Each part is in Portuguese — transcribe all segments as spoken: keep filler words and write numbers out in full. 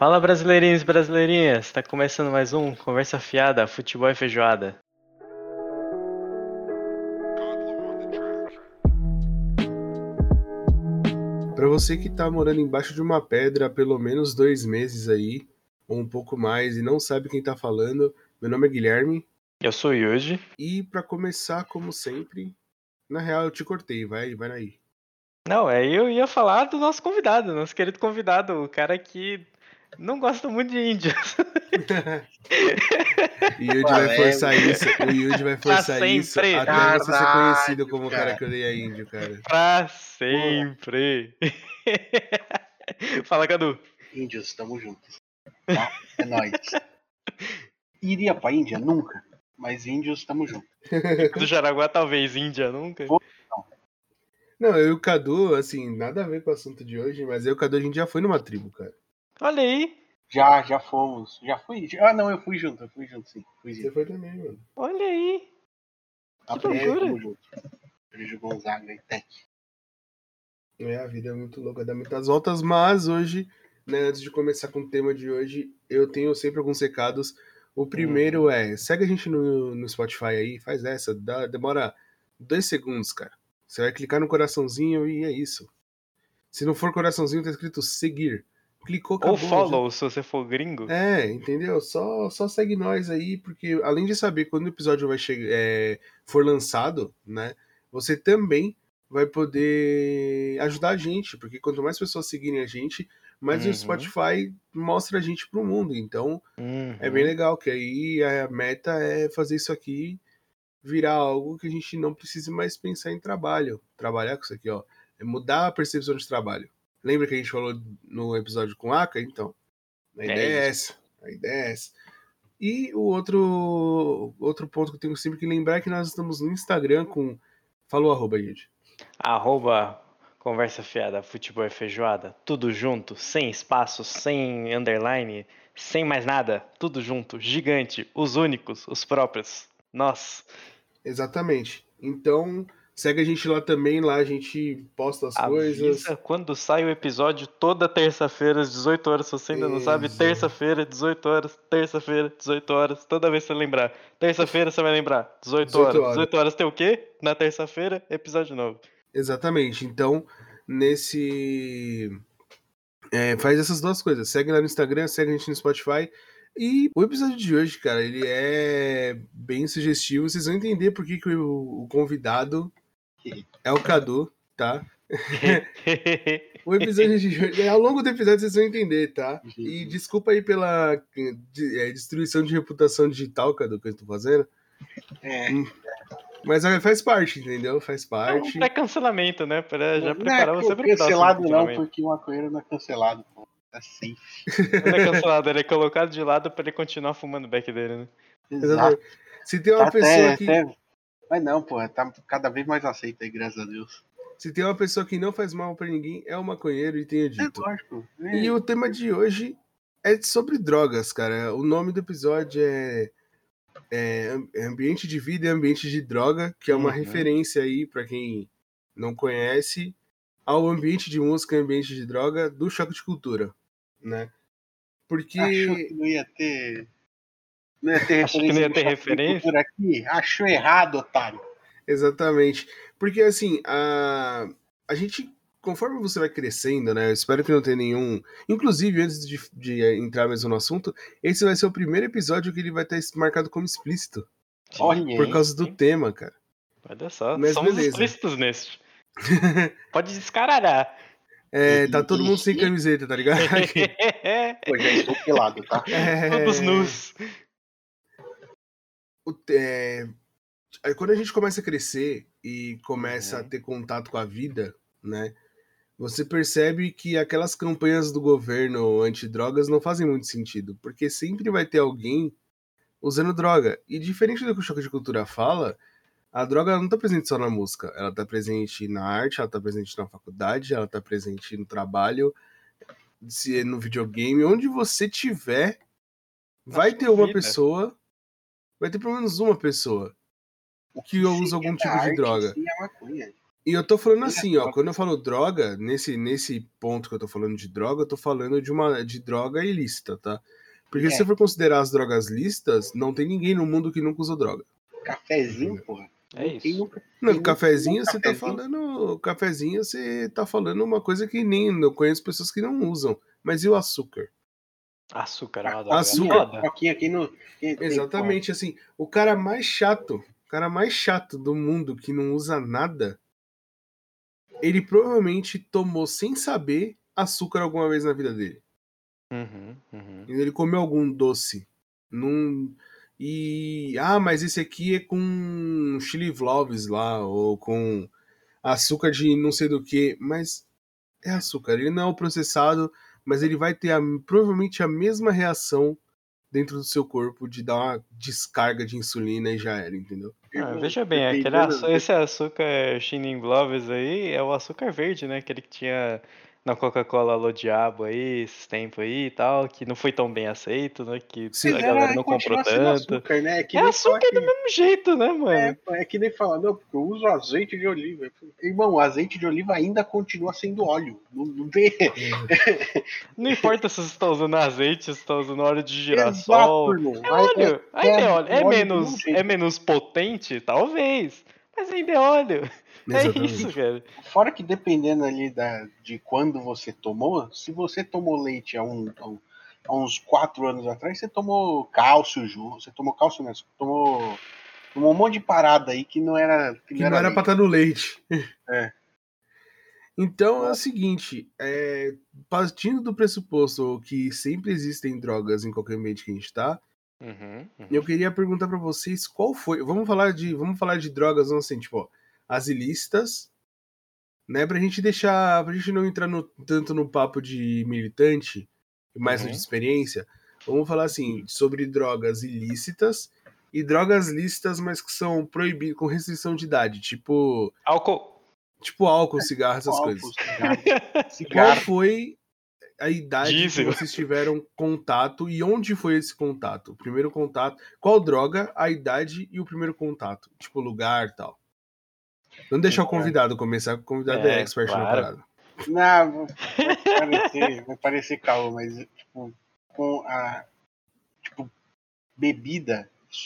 Fala, brasileirinhos e brasileirinhas, tá começando mais um Conversa Fiada, Futebol e Feijoada. Pra você que tá morando embaixo de uma pedra há pelo menos dois meses aí, ou um pouco mais, e não sabe quem tá falando, meu nome é Guilherme. Eu sou o Yuji. E pra começar, como sempre, na real eu te cortei, vai, vai aí. Não, é, eu ia falar do nosso convidado, nosso querido convidado, o cara que não gosta muito de índios. O Yuji vai forçar isso, o Yuji vai Pra forçar isso sempre. até você ser conhecido Caralho, como o cara que odeia índio, cara. Pra sempre. Fala, Cadu. Índios, tamo juntos. Tá? É nóis. Iria pra Índia? Nunca. Mas índios, tamo junto. Do Jaraguá, talvez, Índia, nunca. Pô. Não, eu e o Cadu, assim, nada a ver com o assunto de hoje, mas eu e o Cadu a gente já foi numa tribo, cara. Olha aí. Já, já fomos. Já fui? Ah, não, eu fui junto, eu fui junto, sim. Fui Você junto. foi também, mano. Olha aí. A Que loucura. tamo junto. Beijo Gonzaga e Tec. É, a vida é muito louca, dá muitas voltas, mas hoje, né, antes de começar com o tema de hoje, eu tenho sempre alguns recados. O primeiro Uhum. é, segue a gente no, no Spotify aí, faz essa, dá, demora dois segundos, cara. Você vai clicar no coraçãozinho e é isso. Se não for coraçãozinho, tá escrito seguir. Clicou, Ou acabou. follow, já... se você for gringo. É, entendeu? Só, só segue nós aí, porque além de saber quando o episódio vai chegar, é, for lançado, né, você também vai poder ajudar a gente, porque quanto mais pessoas seguirem a gente, mais uhum. o Spotify mostra a gente pro mundo. Então, uhum. é bem legal, que aí a meta é fazer isso aqui virar algo que a gente não precise mais pensar em trabalho. Trabalhar com isso aqui, ó. É mudar a percepção de trabalho. Lembra que a gente falou no episódio com a Aka? Então, a ideia é, é essa. A ideia é essa. E o outro, outro ponto que eu tenho sempre que lembrar é que nós estamos no Instagram com... Falou arroba, gente. Arroba Conversa Fiada, Futebol e Feijoada. Tudo junto, sem espaço, sem underline, sem mais nada. Tudo junto, gigante, os únicos, os próprios. Nós. Exatamente. Então, segue a gente lá também, lá a gente posta as Avisa coisas. Quando sai o episódio toda terça-feira às dezoito horas, se você ainda não sabe, terça-feira, dezoito horas, terça-feira, dezoito horas, toda vez que você lembrar. Terça-feira você vai lembrar, dezoito horas. dezoito horas tem o quê? Na terça-feira, episódio novo. Exatamente. Então, nesse... É, faz essas duas coisas. Segue lá no Instagram, segue a gente no Spotify. E o episódio de hoje, cara, ele é bem sugestivo. Vocês vão entender por que, que o, o convidado é o Cadu, tá? O episódio de hoje, ao longo do episódio vocês vão entender, tá? E desculpa aí pela de, é, destruição de reputação digital, Cadu, que eu tô fazendo. É. Hum. Mas faz parte, entendeu? Faz parte. É um pré-cancelamento, né? Pra já não, preparar não é você pra cancelado não, porque o maconheiro não é cancelado, pô. É safe. Não é cancelado, ele é colocado de lado pra ele continuar fumando o back dele, né? Exato. Se tem uma tá pessoa até, que... Até... Mas não, pô, tá cada vez mais aceita aí, graças a Deus. Se tem uma pessoa que não faz mal pra ninguém, é o maconheiro, e tenha dito. É lógico. É. E o tema de hoje é sobre drogas, cara. O nome do episódio é, é Ambiente de Vida e Ambiente de Droga, que é uma uhum. referência aí, pra quem não conhece, ao ambiente de música e ambiente de droga do Choque de Cultura, né? Porque... Achou que não ia ter... Não ia ter Acho que não ia ter referência? Aqui? Achou errado, otário. Exatamente. Porque, assim, a, a gente, conforme você vai crescendo, né? Eu espero que não tenha nenhum... Inclusive, antes de, de entrar mesmo no assunto, esse vai ser o primeiro episódio que ele vai estar marcado como explícito. Olha, por causa do hein? tema, cara. Olha só, mas somos beleza. explícitos nesse. Pode descaralhar. É, tá todo mundo sem camiseta, tá ligado? Pô, já estou pelado, tá? É... Todos nus. O, é... Quando a gente começa a crescer e começa uhum. a ter contato com a vida, né? Você percebe que aquelas campanhas do governo antidrogas não fazem muito sentido, porque sempre vai ter alguém usando droga. E diferente do que o Choque de Cultura fala, a droga não tá presente só na música, ela tá presente na arte, ela tá presente na faculdade, ela tá presente no trabalho, se no videogame, onde você tiver, vai ter uma vida. pessoa, vai ter pelo menos uma pessoa o que, que usa algum tipo de droga. Sim, é maconha. E eu tô falando assim, ó, quando eu falo droga, nesse, nesse ponto que eu tô falando de droga, eu tô falando de uma de droga ilícita, tá? Porque É. se você for considerar as drogas listas, não tem ninguém no mundo que nunca usou droga. Cafezinho, porra. É Quem isso. nunca- Não, quem cafezinho nunca você tá cafezinho? falando. Cafezinho você tá falando uma coisa que nem. Eu conheço pessoas que não usam. Mas e o açúcar? Açúcar é uma A droga Açúcar. foda. coquinha aqui no. quem tem, Exatamente, assim, o cara mais chato, o cara mais chato do mundo que não usa nada, ele provavelmente tomou sem saber açúcar alguma vez na vida dele. Uhum, uhum. Ele comeu algum doce. Num... E. Ah, mas esse aqui é com chili vloves lá, ou com açúcar de não sei do que. Mas é açúcar, ele não é o processado, mas ele vai ter a, provavelmente a mesma reação dentro do seu corpo de dar uma descarga de insulina e já era, entendeu? Ah, Irmão, veja bem, aquele dependendo- açu- esse açúcar Shining Gloves aí é o açúcar verde, né? Aquele que tinha na Coca-Cola Alô Diabo aí, esses tempos aí e tal, que não foi tão bem aceito, né? Que Sim. a Mas galera era, não comprou continua sendo tanto. açúcar, né? É que É nem falar açúcar que. do mesmo jeito, né, mano? É, é que nem falar, não, porque eu uso azeite de oliva. Irmão, o azeite de oliva ainda continua sendo óleo. Não, não vê. Não importa se você está usando azeite, se você está usando óleo de Exato, girassol. irmão. É Aí óleo, é, ainda é é óleo. É óleo do mesmo menos, é jeito. menos potente? Talvez. Mas ainda é óleo. É Exatamente. isso, cara. Fora que dependendo ali da, de quando você tomou, se você tomou leite há, um, há um- há uns quatro anos atrás, você tomou cálcio, Ju, você tomou cálcio mesmo, você tomou, tomou um monte de parada aí que não era, que não Que era não era leite. pra estar no leite. É. Então é o seguinte, é, partindo do pressuposto que sempre existem drogas em qualquer ambiente que a gente tá, Uhum, uhum. eu queria perguntar pra vocês qual foi. Vamos falar de, vamos falar de drogas, não assim, tipo, ó, as ilícitas, né? Pra gente deixar, pra gente não entrar no, tanto no papo de militante, mais no Uhum. de experiência. Vamos falar assim sobre drogas ilícitas e drogas lícitas, mas que são proibidas com restrição de idade, tipo, Álcool. tipo álcool, cigarro, essas Álcool, coisas. cigarro, Qual cigarro. foi a idade que Diesel. vocês tiveram contato e onde foi esse contato? O primeiro contato, qual droga, a idade e o primeiro contato? Tipo, lugar e tal. Vamos deixar o convidado começar, que o convidado é, É, expert na claro. parada. Não, vai parecer, vai parecer calmo, mas tipo, com a tipo, bebida,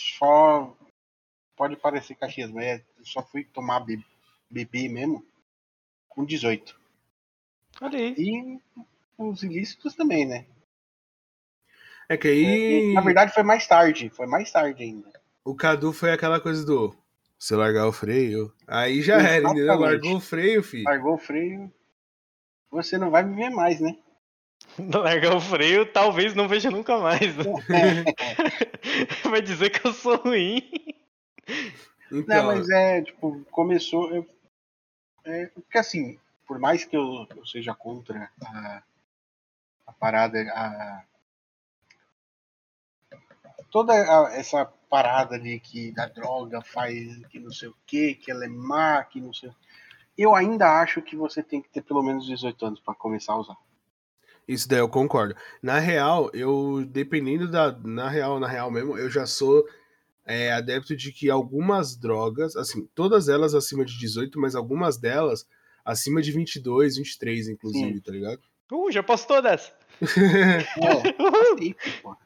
só pode parecer Caxias, mas é, só fui tomar be, beber mesmo com dezoito. Olha aí. E os ilícitos também, né? É que E, na aí verdade foi mais tarde, foi mais tarde ainda. o Cadu foi aquela coisa do você largar o freio, aí já era, entendeu? Exatamente. Largou o freio, filho. Largou o freio, você não vai me ver mais, né? Largar o freio, talvez não veja nunca mais. Né? Vai dizer que eu sou ruim. Então, Não, mas é, tipo, começou. Eu, é, porque assim, por mais que eu, eu seja contra a, a parada, a, toda a- essa parada ali que da droga faz que não sei o que, que ela é má, que não sei. Eu ainda acho que você tem que ter pelo menos dezoito anos para começar a usar. isso daí eu concordo. Na real, eu, dependendo da. Na real, na real mesmo, eu já sou é, adepto de que algumas drogas, assim, todas elas acima de dezoito, mas algumas delas acima de vinte e dois, vinte e três, inclusive, Sim. tá ligado? Uh, já posso todas. É, aceito, pô.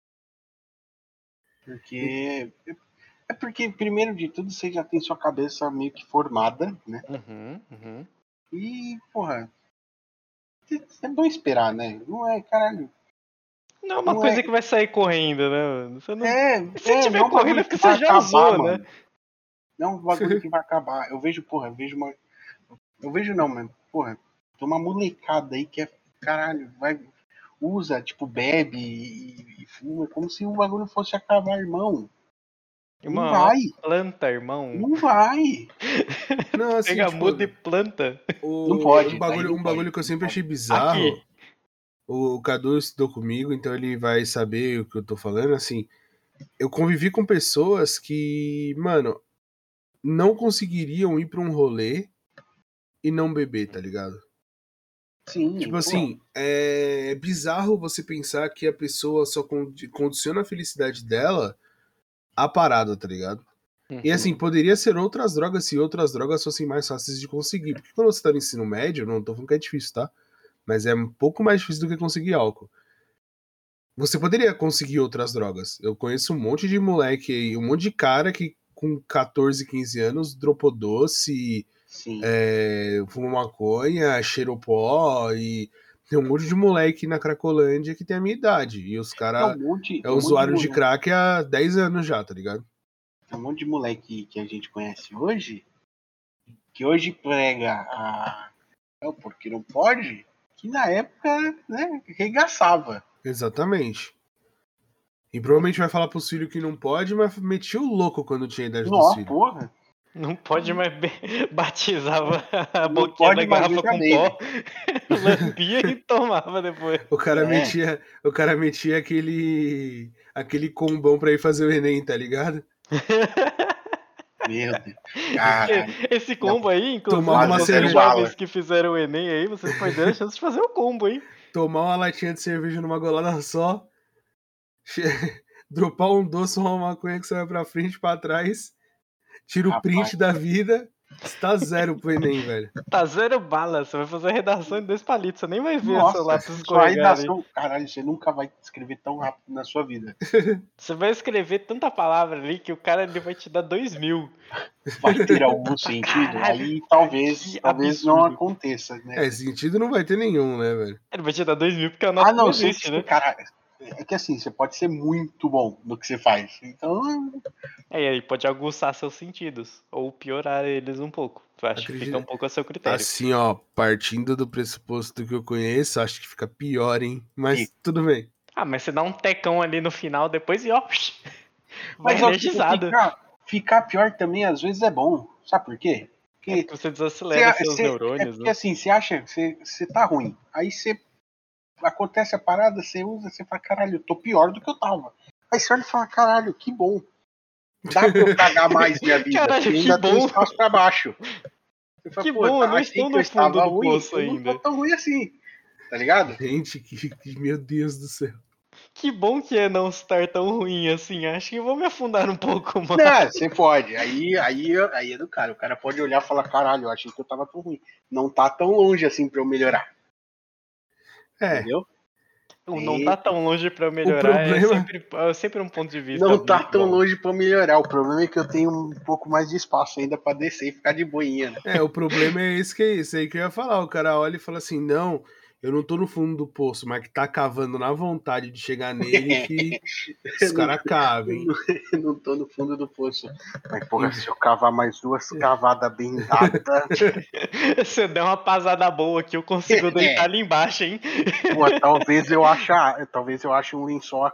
Porque. É porque, primeiro de tudo, você já tem sua cabeça meio que formada, né? Uhum, uhum. E, porra. É bom esperar, né? Não é, caralho. Não é uma Não coisa é- que vai sair correndo, né, mano? Você não... É, Se é, tiver não é um correndo bagulho é que porque vai você já acabar, usou, mano. né? Não é um bagulho que vai acabar. Eu vejo, porra, eu vejo uma. Eu vejo não, mano. Porra, tem uma molecada aí que é. Caralho, vai. Usa, tipo, bebe e, e fuma, como se o bagulho fosse acabar, irmão. Não Irmão, é uma vai. planta, irmão. Não vai. Não, assim, Pega tipo, muda e planta. Não o, pode, um daí bagulho, não um pode, bagulho que eu não sempre pode. achei bizarro. Aqui. O Cadu estudou comigo, então ele vai saber o que eu tô falando. Assim, eu convivi com pessoas que, mano, não conseguiriam ir pra um rolê e não beber, tá ligado? Sim, Tipo pô. assim, é bizarro você pensar que a pessoa só condi- condiciona a felicidade dela à parada, tá ligado? Uhum. E assim, poderia ser outras drogas se outras drogas fossem mais fáceis de conseguir. Porque quando você tá no ensino médio, não tô falando que é difícil, tá? Mas é um pouco mais difícil do que conseguir álcool. Você poderia conseguir outras drogas. Eu conheço um monte de moleque aí, um monte de cara que com catorze, quinze anos dropou doce, Sim. é, fumou maconha, cheirou pó e tem um monte de moleque na Cracolândia que tem a minha idade. E os Tem caras um monte, é tem um monte usuário de, moleque- crack há dez anos já, tá ligado? Tem um monte de moleque que a gente conhece hoje, que hoje prega a. Não, porque não pode, que na época, né, regaçava. Exatamente. E provavelmente vai falar pros filhos que não pode, mas metia o louco quando tinha a idade dos Nossa, filhos. porra. Não pode mais be... batizava a Não boquinha pode da mais garrafa beber com bem, pó, lambia e tomava depois. O cara, É. metia, o cara metia aquele, aquele combão pra ir fazer o Enem, tá ligado? Meu Deus. Caralho. Esse combo aí, inclusive, Tomava uma vocês cerveja. jovens que fizeram o Enem aí, vocês perderam a chance de fazer o combo, hein? Tomar uma latinha de cerveja numa golada só, dropar um doce ou uma maconha que você vai pra frente e pra trás, tira o print Rapaz. da vida, está zero pro Enem, velho. Tá zero bala, você vai fazer a redação em dois palitos, você nem vai ver Nossa, seu lápis sua escorregar ali. redação. Caralho, você nunca vai escrever tão rápido na sua vida. Você vai escrever tanta palavra ali que o cara ele vai te dar dois mil. Vai ter algum sentido? Caralho, Aí talvez, que talvez não absurdo. aconteça, né? É, sentido não vai ter nenhum, né, velho? Ele vai te dar dois mil porque a nota Ah, não, não sei existe, que, né? cara, é que assim, você pode ser muito bom no que você faz. Então, É, e aí pode aguçar seus sentidos, ou piorar eles um pouco. Eu acho que Acredito- fica um pouco a seu critério. Assim, ó, partindo do pressuposto que eu conheço, acho que fica pior, hein? Mas Fica. tudo bem. Ah, mas você dá um tecão ali no final depois e ó, vai mas ó, energizado. ficar, ficar pior também às vezes é bom. Sabe por quê? É Porque porque você desacelera Você- seus você- neurônios, é porque né? assim, você acha que você, você tá ruim. Aí você. Acontece a parada, você usa, você fala, caralho, eu tô pior do que eu tava. Aí você olha e fala, caralho, que bom. Dá pra eu cagar mais minha vida. Caralho, porque que ainda tem bom. espaço pra baixo. Você fala, Que pô, bom, eu não achei estou que no eu estava fundo do ruim, poço eu não tô ainda. tão ruim assim. Tá ligado? Gente, que, que- meu Deus do céu. Que bom que é não estar tão ruim assim. Acho que eu vou me afundar um pouco mais. Não, você pode. Aí, aí, aí é do cara. O cara pode olhar e falar, caralho, eu achei que eu tava tão ruim. Não tá tão longe assim pra eu melhorar. É, Entendeu? O não tá tão longe pra eu melhorar problema- é, sempre, é sempre um ponto de vista. Não tá muito tão bom. longe pra eu melhorar. O problema é que eu tenho um pouco mais de espaço ainda pra descer e ficar de boinha, né? é, o problema é esse que é isso aí que eu ia falar. O cara olha e fala assim, não, eu não tô no fundo do poço, mas que tá cavando na vontade de chegar nele que os caras cavam, hein? Eu não tô no fundo do poço. Mas, porra, se eu cavar mais duas cavadas bem dadas, Se eu der uma pasada boa aqui, eu consigo É. deitar ali embaixo, hein? pô, talvez eu ache, talvez eu ache um lençol.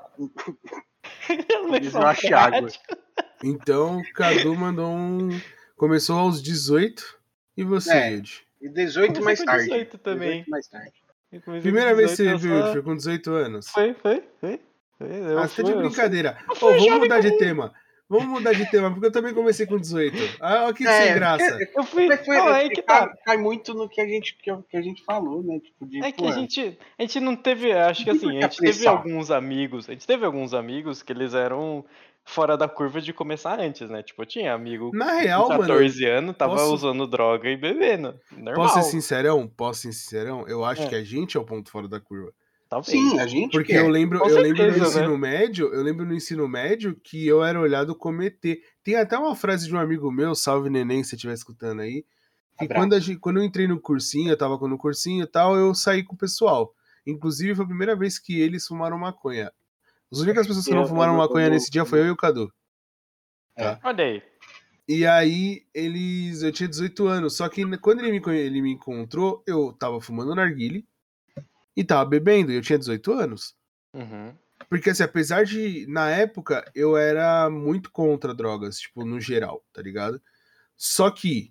Talvez eu ache água. Então, o Cadu mandou um... Começou aos dezoito. E você, É. Yudi? E dezoito mais Comecei com tarde. dezoito também. dezoito mais tarde. Eu comecei com Primeira vez que você dezoito, viu, eu Yudi, só- foi com dezoito anos? Foi, foi, foi. foi. Eu Ah, você tá de fui- eu brincadeira. eu Ô, fui vamos jovem mudar de comum. tema. Vamos mudar de tema, porque eu também comecei com dezoito. Ah, olha que É, sem graça. sou- Eu fui. Mas foi- Não, é aí que cai, tá. cai muito no que a gente, que, que a gente falou, né? Tipo, de, É que pô, a gente, a gente não teve, acho que Não tem assim, por a que gente teve apressar. alguns amigos, a gente teve alguns amigos que eles eram fora da curva de começar antes, né? Tipo, eu tinha amigo Na com real, mano, catorze anos, tava posso- usando droga e bebendo. Normal. Posso ser sincerão? Posso ser sincerão? Eu acho É. que a gente é o ponto fora da curva. Talvez. sim, a gente Porque quer. eu lembro, Com eu lembro no certeza, ensino médio, eu lembro no ensino médio que eu era olhado como E T. Tem até uma frase de um amigo meu, salve neném, se você estiver escutando aí, que Abraço. quando, a gente, quando eu entrei no cursinho, eu tava no cursinho e tal, eu saí com o pessoal. Inclusive, foi a primeira vez que eles fumaram maconha. As únicas pessoas que Eu- não eu fumaram não- maconha eu não- nesse dia foi eu e o Cadu. Tá? Olha aí. E aí, eles. Eu tinha dezoito anos. Só que quando ele me, conhe- ele me encontrou, eu tava fumando narguile e tava bebendo. E eu tinha dezoito anos. Uhum. Porque, assim, apesar de. Na época, eu era muito contra drogas, tipo, no geral, tá ligado? Só que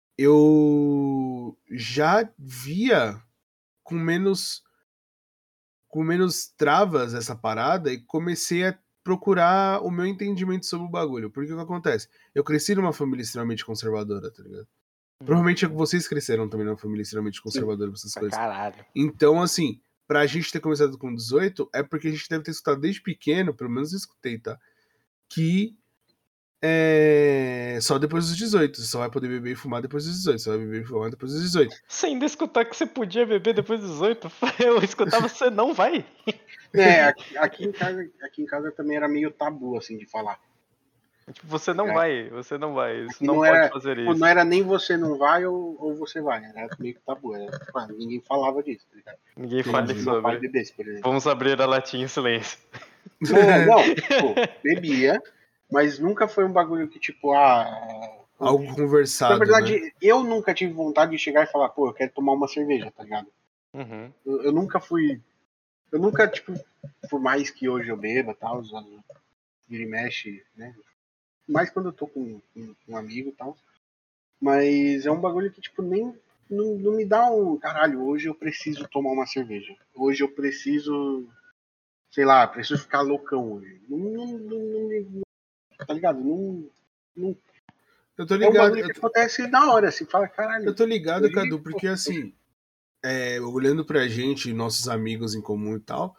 eu já via com menos. Com menos travas essa parada e comecei a procurar o meu entendimento sobre o bagulho. Porque o que acontece? Eu cresci numa família extremamente conservadora, tá ligado? Provavelmente vocês cresceram também numa família extremamente conservadora pra essas Pra coisas. caralho. Então, assim, pra gente ter começado com dezoito, é porque a gente deve ter escutado desde pequeno, pelo menos eu escutei, tá? Que é só depois dos dezoito. Você só vai poder beber e fumar depois dos dezoito. Você vai beber e fumar depois dos dezoito. Você ainda escutar que você podia beber depois dos dezoito? Eu escutava você não vai. É, aqui, aqui em casa, aqui em casa também era meio tabu, assim, de falar. Tipo, você não É. vai, você não vai. Isso Aqui não, não pode era, fazer tipo, isso. não era nem você não vai ou, ou você vai. Era meio que tabu. Era, tipo, ah, ninguém falava disso, tá ligado? Ninguém Entendi. fale Se meu pai sobre. bebesse, por exemplo. Vamos abrir a latinha em silêncio. É, não, tipo, bebia, mas nunca foi um bagulho que, tipo, ah. Algo conversado, Na verdade, né? eu nunca tive vontade de chegar e falar, pô, eu quero tomar uma cerveja, tá ligado? Uhum. Eu, eu nunca fui. Eu nunca, tipo, por mais que hoje eu beba e tal, vira e mexe, né? Mais quando eu tô com, com um amigo e tal. Mas é um bagulho que, tipo, nem. Não, não me dá um. Caralho, hoje eu preciso tomar uma cerveja. Hoje eu preciso. Sei lá, preciso ficar loucão hoje. Não, não, não, não, não tá ligado? Não. não Eu tô é um ligado. bagulho Eu que tô, acontece na hora, assim, fala, caralho. eu tô ligado, hoje, Cadu, porque assim, é, olhando pra gente, nossos amigos em comum e tal,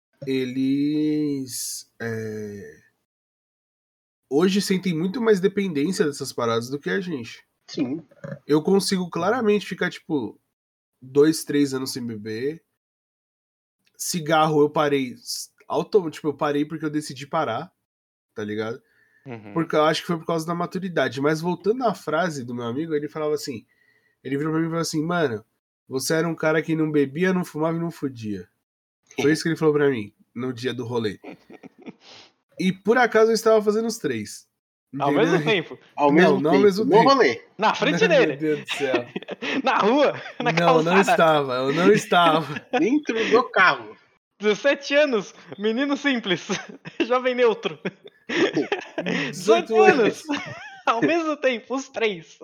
eles é, hoje sentem muito mais dependência dessas paradas do que a gente. Sim. Eu consigo claramente ficar, tipo, dois, três anos sem beber. Cigarro eu parei. Auto, tipo, eu parei porque eu decidi parar, tá ligado? Uhum. Porque eu acho que foi por causa da maturidade. Mas voltando à frase do meu amigo, ele falava assim: ele virou pra mim e falou assim, mano, você era um cara que não bebia, não fumava e não fudia. Foi isso que ele falou pra mim no dia do rolê. E por acaso eu estava fazendo os três. Ao Entendeu? mesmo tempo. Ao Não, mesmo não tempo, ao mesmo no tempo. rolê. Na frente Não, dele. meu Deus do céu. Na rua, na Não, não calçada. estava, eu não estava. Dentro do carro. dezessete anos, menino simples, jovem neutro. dezoito dezoito anos, anos. ao mesmo tempo, os três.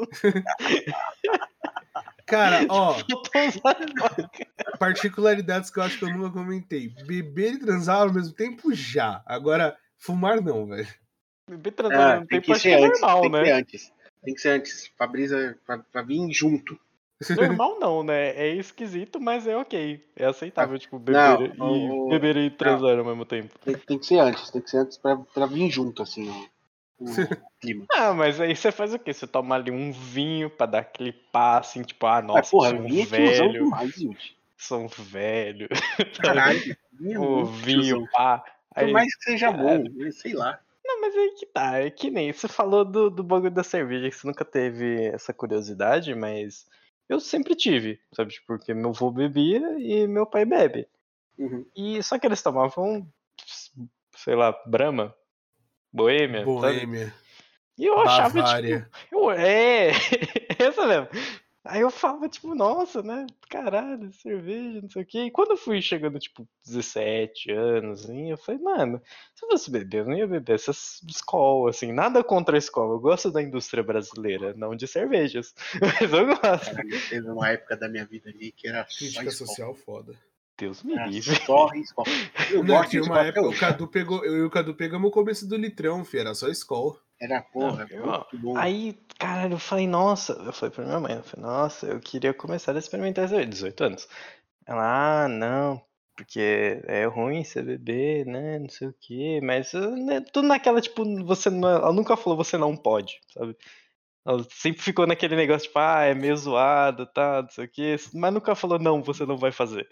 Cara, ó, Faltou usar a faca. particularidades que eu acho que eu nunca comentei. Beber e transar ao mesmo tempo, já. Agora, fumar não, velho. Beber transar ao Ah, mesmo tem tempo, que acho que ser é antes. normal, Tem que ser né? antes. Tem que ser antes. Pra brisa, pra, pra vir junto. Normal não, né? É esquisito, mas é ok. É aceitável, tipo, Não, beber e, o, o- beber e não, transar ao mesmo tempo. tem, tem que ser antes. Tem que ser antes pra, pra vir junto, assim, ó, o clima. Ah, mas aí você faz o quê? Você toma ali um vinho pra dar aquele pá, assim, tipo, ah, Mas, nossa, eu porra, sou um vinho é tiozão velho, demais, Yudi. sou um velho. Caralho, vinho é O muito vinho, tiozão. pá. Por Aí, mais que seja cara, bom, sei lá. não, mas aí que tá, é que nem você falou do, do bagulho da cerveja, que você nunca teve essa curiosidade, mas eu sempre tive, sabe? Tipo, porque meu avô bebia e meu pai bebe. Uhum. E só que eles tomavam, sei lá, Brahma, Boêmia, sabe? Boêmia, E eu achava, tipo, Bavária. eu, é, essa mesmo. Aí eu falava, tipo, nossa, né? Caralho, cerveja, não sei o quê. E quando eu fui chegando, tipo, dezessete anos, assim, eu falei, mano, se eu fosse beber, eu não ia beber essas Skol, assim, nada contra a Skol. Eu gosto da indústria brasileira, não de cervejas. Mas eu gosto. Caralho, teve uma época da minha vida ali que era só Crítica Skol. social foda. Deus me Era livre. só Skol. Eu Não, gosto de tinha Skol uma até época, o hoje. Cadu pegou, eu e o Cadu pegamos o começo do litrão, fi, era só Skol. Era, Não, porra, eu- muito bom. aí, caralho, eu falei, nossa, eu falei pra minha mãe, eu falei, nossa, eu queria começar a experimentar isso aí, dezoito anos. Ela, ah, não, porque é ruim você beber, né, não sei o quê, mas né, tudo naquela, tipo, você não, ela nunca falou você não pode, sabe? Ela sempre ficou naquele negócio, tipo, ah, é meio zoado, tá, não sei o quê, mas nunca falou, não, você não vai fazer.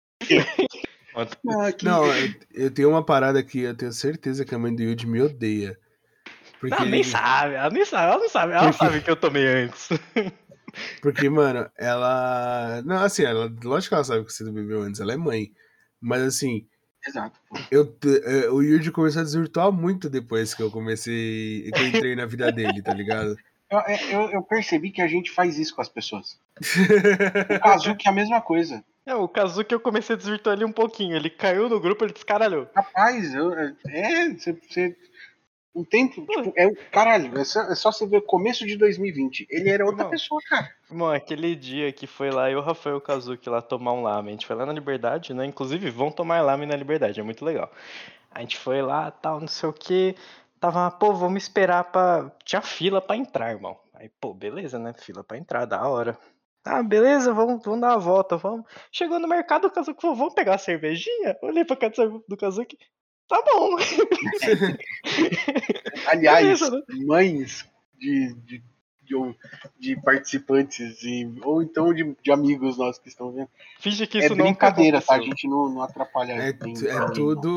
Ah, que... Não, eu, eu tenho uma parada que eu tenho certeza que a mãe do Yuji me odeia. Porque Não, nem ele. sabe, ela nem sabe, ela não sabe, ela Porque, sabe que eu tomei antes. porque, mano, ela. Não, assim, ela, lógico que ela sabe que você bebeu antes, ela é mãe. Mas assim, Exato. eu, te- eh, o Yuji começou a desvirtuar muito depois que eu comecei. Que eu entrei na vida dele, tá ligado? Eu, eu, eu percebi que a gente faz isso com as pessoas. O Kazuki é a mesma coisa. É, o Kazuki eu comecei a desvirtuar ele um pouquinho, ele caiu no grupo, ele descaralhou. Rapaz, eu, é, você, você. Um tempo, Pô, tipo, é o caralho, é só, é só você ver o começo de dois mil e vinte. Ele era outra irmão, pessoa, cara. irmão, aquele dia que foi lá e o Rafael Kazuki lá tomar um lamen, a gente foi lá na Liberdade, né? Inclusive, vão tomar lamen na Liberdade, é muito legal. A gente foi lá, tal, não sei o que. Tava, pô, vamos esperar pra. Tinha fila pra entrar, irmão. Aí, pô, beleza, né? Fila pra entrar, da hora. Ah, beleza, vamos, vamos dar uma volta, vamos. Chegou no mercado, o Kazuki falou, vamos pegar a cervejinha? Olhei pra cara do Kazuki. Tá bom. Aliás, Beleza, né? mães de, de, de, de participantes e, ou então de, de amigos nossos que estão vendo. Finge que É isso não brincadeira, tá? A aconteceu. gente não, não atrapalha É, nem- tu- é ninguém, não.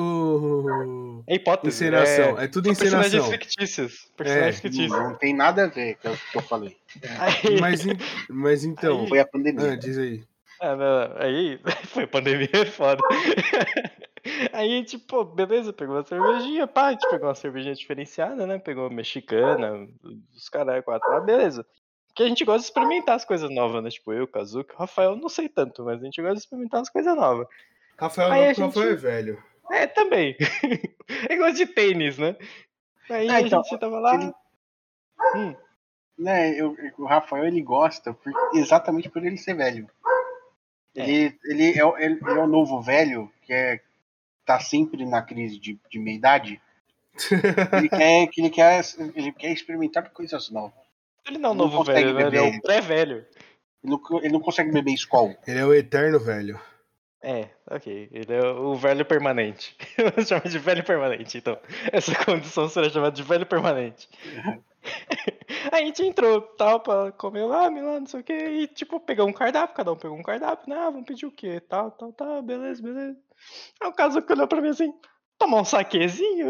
tudo É hipótese. encenação. É... É tudo São personagens encenação. fictícios. É. Personagens Não, fictícios. não tem nada a ver com o que eu falei. Aí... Mas, en- mas então. Foi a pandemia. Ah, diz aí. Ah, não, aí foi pandemia, é foda. Aí a gente, pô, beleza, pegou uma cervejinha, pá, a gente pegou uma cervejinha diferenciada, né? Pegou mexicana, os caras quatro lá, beleza. Porque a gente gosta de experimentar as coisas novas, né? Tipo, eu, Kazuki, o Rafael, não sei tanto, mas a gente gosta de experimentar as coisas novas. Rafael Aí não, a porque o Rafael é gente. velho. É, também. É gosto de tênis, né? Aí Ah, a então, gente tava lá. ele- Hum, Né, eu, o Rafael ele gosta por- exatamente por ele ser velho. É. Ele, ele, é, o- ele é o novo velho que é, tá sempre na crise de, de meia idade. Ele quer, que ele, quer, ele quer experimentar coisas novas. ele não é o Não novo consegue velho, né? Ele é beber. o pré-velho. Ele não, ele não consegue beber Skol. Ele é o eterno velho. É, ok. Ele é o velho permanente. Vamos chamar de velho permanente, então. Essa condição será chamada de velho permanente. Aí a gente entrou, tal, pra comer lá, lá, não sei o que, e tipo, pegou um cardápio, cada um pegou um cardápio, né? Ah, vamos pedir o quê? Tal, tal, tal, beleza, beleza. Aí o Kazuki olhou pra mim assim, tomar um saquezinho?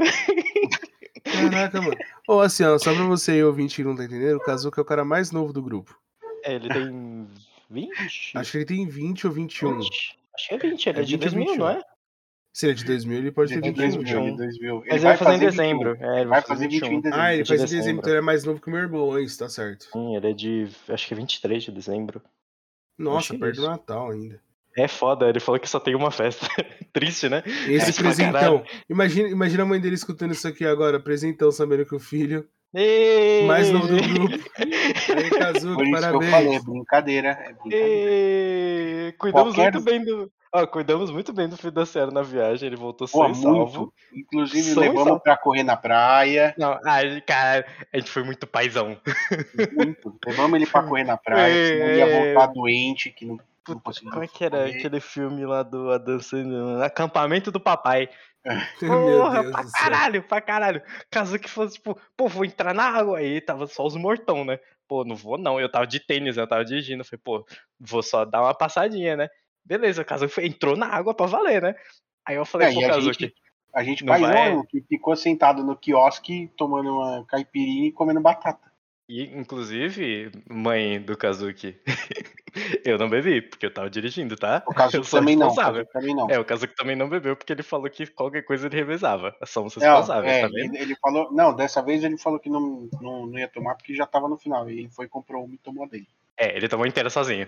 Caraca, mano. Ou assim, ó, só pra você e ouvinte que não tá entendendo, o Kazuki é o cara mais novo do grupo. É, ele tem vinte? Acho que ele tem vinte ou vinte e um. vinte? Acho que é vinte, ele É é de vinte ou dois mil, não é? Se ele é de dois mil, ele pode ter De vinte e um. dois mil, de dois mil. Mas ele vai fazer em dezembro. É, Ele vai fazer vinte e um em dezembro. Ah, ele de faz em dezembro. dezembro, então ele é mais novo que o meu irmão, é isso, tá certo. Sim, ele é de, acho que vinte e três de dezembro. Nossa, Acho perto do isso. Natal ainda. É foda, ele falou que só tem uma festa. Triste, né? Esse Triste pra presentão. Imagina, imagina a mãe dele escutando isso aqui agora, presentão, sabendo que o filho Ê! mais novo do grupo. Aí, Kazuki, Por isso parabéns. que eu falei, é brincadeira. É brincadeira. Ê! Cuidamos Qualquer- muito bem do. Ó, cuidamos muito bem do filho da Senhora na viagem, ele voltou Pô, são e salvo. muito. Inclusive, São e levamos salvo. pra correr na praia. Não, ai, cara, a gente foi muito paizão. Muito. Levamos ele pra correr na praia, É, senão ele ia é. voltar doente, que não, não Puta, conseguia. como é que era correr. aquele filme lá do Adam Sandler? Acampamento do Papai. Meu Porra, Deus pra do céu. caralho, pra caralho. Caso que fosse, tipo, pô, vou entrar na água. Aí tava só os mortão, né? Pô, não vou não. Eu tava de tênis, eu tava dirigindo. Falei, pô, vou só dar uma passadinha, né? Beleza, o Kazuki foi- entrou na água pra valer, né? Aí eu falei, É, pô, e a Kazuki, gente, a gente não vai- paizão, que ficou sentado no quiosque tomando uma caipirinha e comendo batata. E, inclusive, mãe do Kazuki, eu não bebi, porque eu tava dirigindo, tá? O Eu Kazuki sou também não. O responsável. Kazuki também não. É, o Kazuki também não bebeu, porque ele falou que qualquer coisa ele revezava. Somos Não, responsáveis, é, tá vendo? ele, ele falou. Não, dessa vez ele falou que não, não, não ia tomar porque já tava no final. E ele foi, comprou uma e tomou a dele. É, ele tomou inteira sozinho.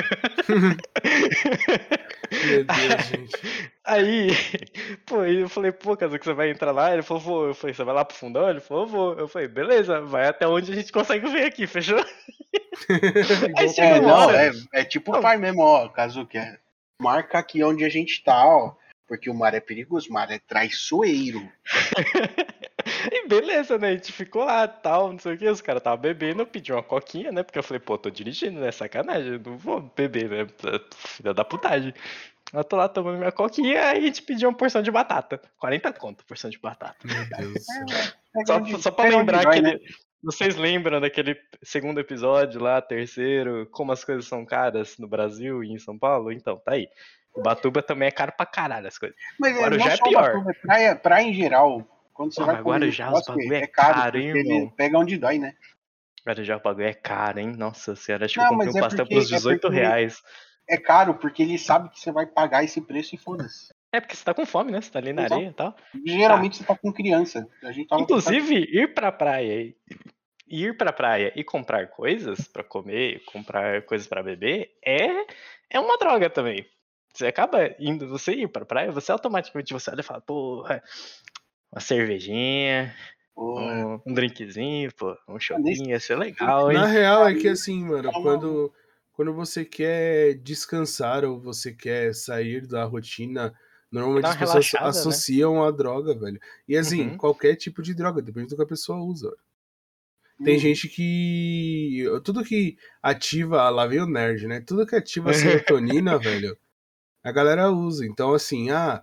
Meu Deus, gente. Aí, pô, eu falei, pô, Kazuki, você vai entrar lá? Ele falou, vou. Eu falei, você vai lá pro fundão? Ele falou, vou. Eu falei, beleza, vai até onde a gente consegue ver aqui, fechou? Aí Igual chega É, uma não, hora. é, é tipo o Não. pai mesmo, ó, Kazuki. É, marca aqui onde a gente tá, ó. Porque o mar é perigoso, o mar é traiçoeiro. E beleza, né? A gente ficou lá tal, não sei o que. Os caras estavam bebendo, eu pedi uma coquinha, né? Porque eu falei, pô, tô dirigindo, né? Sacanagem, eu não vou beber, né? Filha da putagem. Eu tô lá tomando minha coquinha, aí a gente pediu uma porção de batata. quarenta conto, porção de batata. Meu Deus do céu. Pega Só, onde- só pra pega onde lembrar dói, que né? vocês lembram daquele segundo episódio lá, terceiro, como as coisas são caras no Brasil e em São Paulo? Então, tá aí. Ubatuba também é caro pra caralho as coisas. Mas Guarujá não é só pior. Ubatuba, é praia, praia em geral. Quando você Pô, vai mas comer no Guarujá, os quiosque, bagulho é é caro, caro, porque hein, ele irmão? pega onde dói, né? Guarujá, o bagulho é caro, hein? Nossa senhora, acho que Não, eu comprei mas um é pastel porque- por é dezoito porque- reais. É caro porque ele sabe que você vai pagar esse preço e foda-se. É porque você tá com fome, né? Você tá ali na Exato. areia e tal. Geralmente você tá com criança. A gente tava Inclusive, ir pra praia e ir pra praia e comprar coisas pra comer, comprar coisas pra beber é é uma droga também. Você acaba indo, você ir pra praia, você automaticamente você olha e fala, porra, uma cervejinha, Porra. um, um drinkzinho, pô, um nesse- shopping, ia ser legal, hein? Na real é que assim, mano, Calma. quando, quando você quer descansar ou você quer sair da rotina, normalmente Dá uma as pessoas relaxada, né? associam a droga, velho. E assim, Uhum. qualquer tipo de droga, depende do que a pessoa usa. Tem Hum. gente que. Tudo que ativa. Lá vem o nerd, né? Tudo que ativa a serotonina, velho, a galera usa. Então, assim, ah,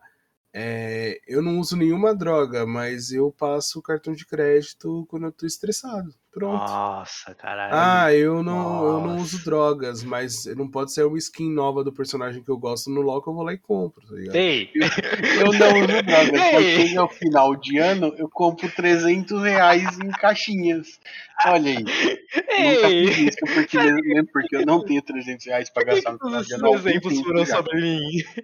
É, eu não uso nenhuma droga, mas eu passo cartão de crédito quando eu tô estressado. Pronto. Nossa, caralho. Ah, eu não, eu não Nossa. uso drogas, mas não pode ser uma skin nova do personagem que eu gosto no LoL que eu vou lá e compro, tá ligado? Ei! Eu não uso drogas, mas Ei! chega ao final de ano, eu compro trezentos reais em caixinhas. Olha aí. Nunca Ei! fiz isso, porque mesmo, mesmo porque eu não tenho trezentos reais pra Por que gastar que no todos final de esses ano, há algum exemplos tempo foram já. sobre mim?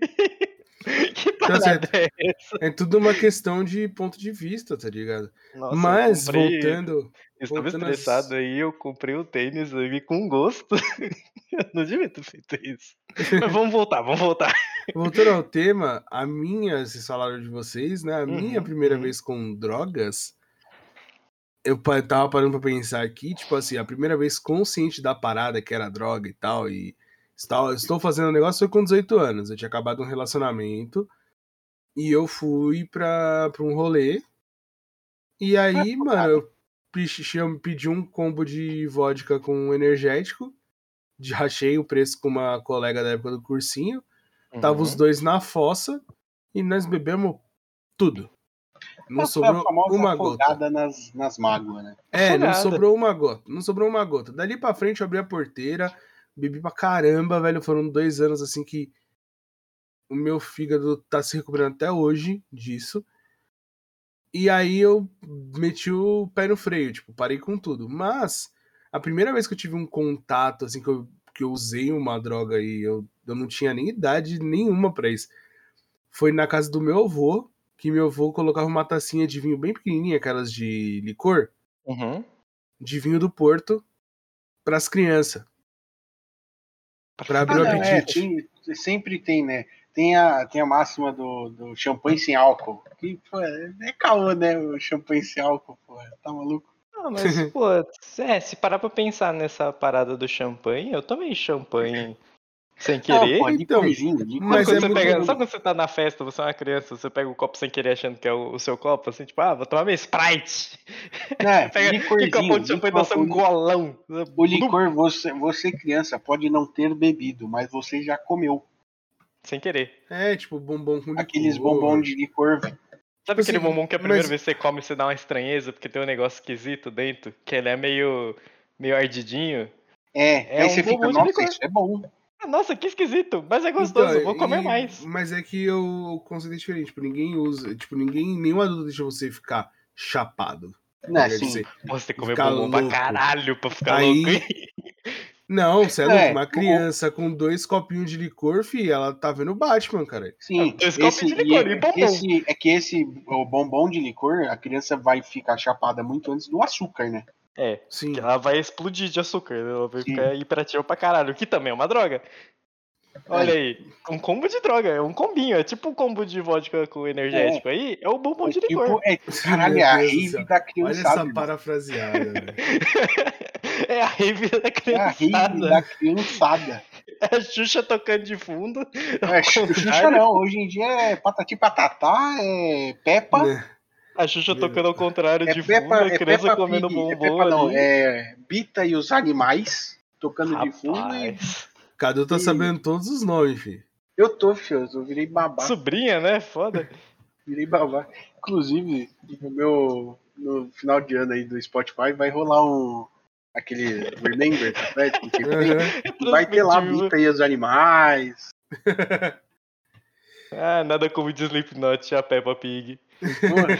Que Tá certo. parada é essa? É tudo uma questão de ponto de vista, tá ligado? Nossa, Mas, eu comprei. voltando. Eu estava voltando estressado às... aí, eu comprei o tênis aí com gosto. Eu não devia ter feito isso. Mas vamos voltar, vamos voltar. Voltando ao tema, a minha, vocês falaram de vocês, né? A minha Uhum, primeira uhum. vez com drogas, eu pa- tava parando pra pensar aqui, tipo assim, a primeira vez consciente da parada que era droga e tal, e estou, estou fazendo um negócio foi com dezoito anos. Eu tinha acabado um relacionamento e eu fui pra, pra um rolê. E aí, mano, eu pedi, eu pedi um combo de vodka com energético, de- rachei o preço com uma colega da época do cursinho. Tava os Uhum. dois na fossa e nós bebemos tudo. Não Essa foi a sobrou famosa uma gota. afogada nas, nas mágoas, né? É, não Afogada. sobrou uma gota. Não sobrou uma gota. Dali pra frente eu abri a porteira, bebi pra caramba, velho. Foram dois anos assim que o meu fígado tá se recuperando até hoje disso. E aí eu meti o pé no freio, tipo, parei com tudo. Mas a primeira vez que eu tive um contato, assim, que eu, que eu usei uma droga e eu, eu não tinha nem idade nenhuma pra isso, foi na casa do meu avô, que meu avô colocava uma tacinha de vinho bem pequenininha, aquelas de licor, Uhum. de vinho do Porto, pras crianças, pra abrir Ah, o não, é, apetite. tem, sempre tem, né? Tem a, tem a máxima do, do champanhe sem álcool. Que, pô, é, é caô, né? O champanhe sem álcool, pô. Tá maluco? Ah, mas, pô, é, se parar pra pensar nessa parada do champanhe, eu tomei champanhe sem Não, querer. pô, Então, licorzinho, Sabe mas quando, é você licorzinho. muito. pega, sabe quando você tá na festa, você é uma criança, você pega o copo sem querer achando que é o, o seu copo, assim, tipo, ah, vou tomar minha Sprite. Né, Pega aquele licorzinho. copão de champanhe e Licor, dá o, um li- golão. o licor, você, você criança, pode não ter bebido, mas você já comeu. Sem querer. É, tipo, bombom com Aqueles bombons licor. de licor, velho. Tipo Sabe aquele assim, bombom que a primeira mas. vez que você come você dá uma estranheza porque tem um negócio esquisito dentro? Que ele é meio, meio ardidinho? É, É aí um você fica, bombom de nossa, licor. isso é bom. Ah, nossa, que esquisito, mas é Então, gostoso, vou comer e, mais. mas é que o conceito é diferente. Tipo, ninguém usa. Tipo, ninguém. Nenhum adulto deixa você ficar chapado. Tá Não, ligado? De assim, você Pô, você comer ficar bombom pra louco. caralho pra ficar louco, hein? Aí. Não, você é louco. é, Uma o, criança com dois copinhos de licor, fi, ela tá vendo Batman, cara. sim, Dois esse, copos de e licor e é, bombom. esse, é que esse, o bombom de licor, a criança vai ficar chapada muito antes do açúcar, né? É, que Sim. ela vai explodir de açúcar, ela vai Sim. ficar hiperativa pra caralho, que também é uma droga. Olha aí, um combo de droga, é um combinho, é tipo um combo de vodka com É, energético aí, é o bombom é de tipo, licor. é, caralho, Meu é a Deus do rave céu. da Olha criançada, essa irmão. parafraseada, velho. É a rave da É a rave da criançada. criançada. É a Xuxa tocando de fundo, É, ao Xuxa contrário. não, hoje em dia é patati patatá, é Peppa, Né? A Xuxa Meu- tocando ao contrário é de fundo, Peppa, a é criança Peppa comendo Pig, é bombom Peppa não, ali. é Bita e os Animais tocando de fundo e, Rapaz. Cadu tá e sabendo todos os nomes, filho. eu tô, filho, eu virei babá, Sobrinha, né? Foda. virei babá. Inclusive, no meu no final de ano aí do Spotify vai rolar um aquele Remember, né, que sempre tem, Aham. e vai ter lá Retrospectiva. Bita e os Animais. Ah, nada como de Slipknot, a Peppa Pig. Porra,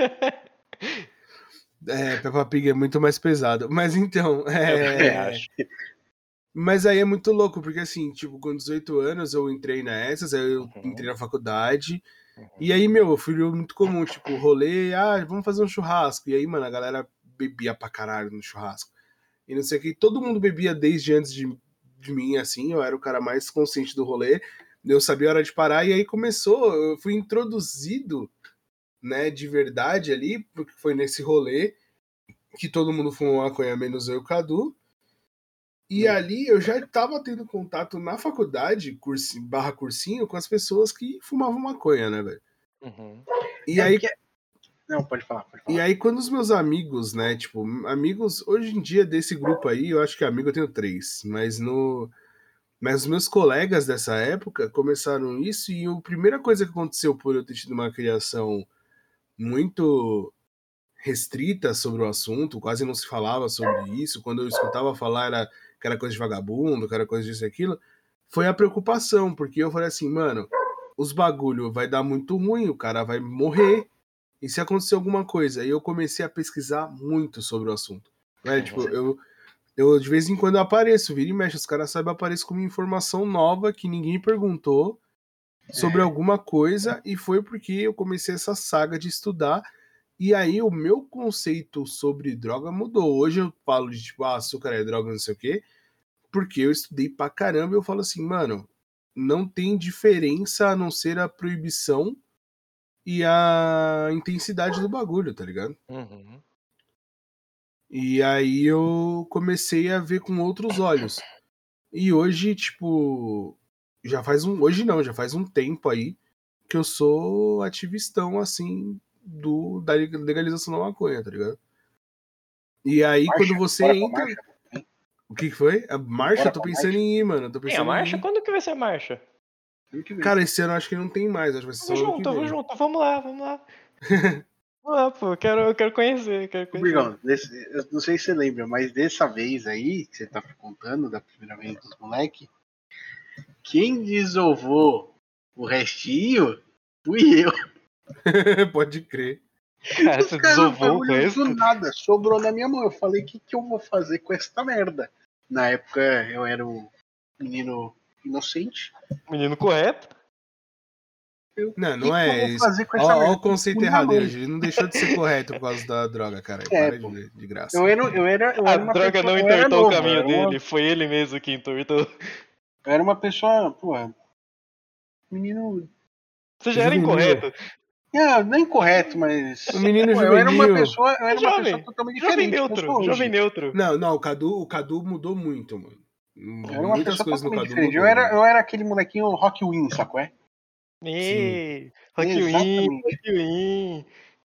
É, Peppa Pig é muito mais pesado. Mas então, Eu também é. acho. Mas aí é muito louco, porque assim, tipo, com dezoito anos eu entrei nessas, aí eu Uhum, entrei na faculdade. E uhum. aí, meu, foi muito comum, tipo, rolê, ah, vamos fazer um churrasco. E aí, mano, a galera bebia pra caralho no churrasco. E não sei o que, todo mundo bebia desde antes de, de mim, assim, eu era o cara mais consciente do rolê. Eu sabia a hora de parar, e aí começou, eu fui introduzido, né, de verdade ali, porque foi nesse rolê que todo mundo fumou maconha, menos eu e o Cadu. E Hum. ali eu já estava tendo contato na faculdade, cursi, barra cursinho, com as pessoas que fumavam maconha, né, velho? Uhum. E é aí, que é- não, pode falar, pode falar. e aí, quando os meus amigos, né, tipo, amigos, hoje em dia desse grupo aí, eu acho que amigo eu tenho três, mas no, Mas os meus colegas dessa época começaram isso e a primeira coisa que aconteceu por eu ter tido uma criação muito restrita sobre o assunto, quase não se falava sobre isso, quando eu escutava falar era que era coisa de vagabundo, que era coisa disso e aquilo, foi a preocupação, porque eu falei assim, mano, os bagulho vai dar muito ruim, o cara vai morrer, e se acontecer alguma coisa? E eu comecei a pesquisar muito sobre o assunto. Né? Tipo, eu, eu de vez em quando eu apareço, vira e mexe, os caras sabem, apareço com uma informação nova que ninguém perguntou sobre alguma coisa, e foi porque eu comecei essa saga de estudar. E aí o meu conceito sobre droga mudou. Hoje eu falo de tipo, ah, açúcar é droga, não sei o quê, porque eu estudei pra caramba e eu falo assim, mano, não tem diferença a não ser a proibição e a intensidade do bagulho, tá ligado? Uhum. E aí eu comecei a ver com outros olhos. E hoje, tipo, já faz um. Hoje não, já faz um tempo aí que eu sou ativistão, assim, do, da legalização da maconha, tá ligado? E aí, Marcha? quando você Bora pra entra. marcha? O que que foi? A marcha? Bora Tô pra pensando marcha? em ir, mano. Tô Tem a pensando em marcha? ir. Quando que vai ser a marcha? Ano que vem. Cara, esse ano eu acho que não tem mais. Acho que vai ser Eu só vou ano que junto, eu vou vem. junto. Vamos lá, vamos lá. Vamos lá, pô. Eu quero, eu quero conhecer, eu quero Ô, conhecer. Brigão, desse- eu não sei se você lembra, mas dessa vez aí, que você tá contando, da primeira vez dos moleques, quem desovou o restinho fui eu. Pode crer. Cara, Os você caras, o desovou o bagulho resto? do nada, sobrou na minha mão. Eu falei, o que, que eu vou fazer com essa merda? Na época eu era um menino inocente. Menino correto. Eu, Não, o que, não que eu é vou isso. fazer com Ó, essa ó merda? o conceito Fui na errado mão. dele. Ele não deixou de ser correto por causa da droga, cara. É, Para pô. de, de graça. Eu era, eu era, eu A era uma droga pessoa, não eu era entortou o novo, eu caminho era uma- dele, foi ele mesmo que entortou. eu era uma pessoa, porra, menino. Você já era Juvenil. incorreto. É, não é incorreto, mas. O menino Pô, eu era uma juvenil. pessoa, eu era uma pessoa Jovem. totalmente Jovem diferente do que eu neutro. sou hoje. Jovem neutro. Não, não, o Cadu, o Cadu mudou muito, mano. Eu era uma Muitas pessoa coisas no totalmente Cadu diferente. mudou. Eu era, mano. eu era aquele molequinho Rock Win, sacou? É? Ih, Rock Win, Exatamente. Rock Win.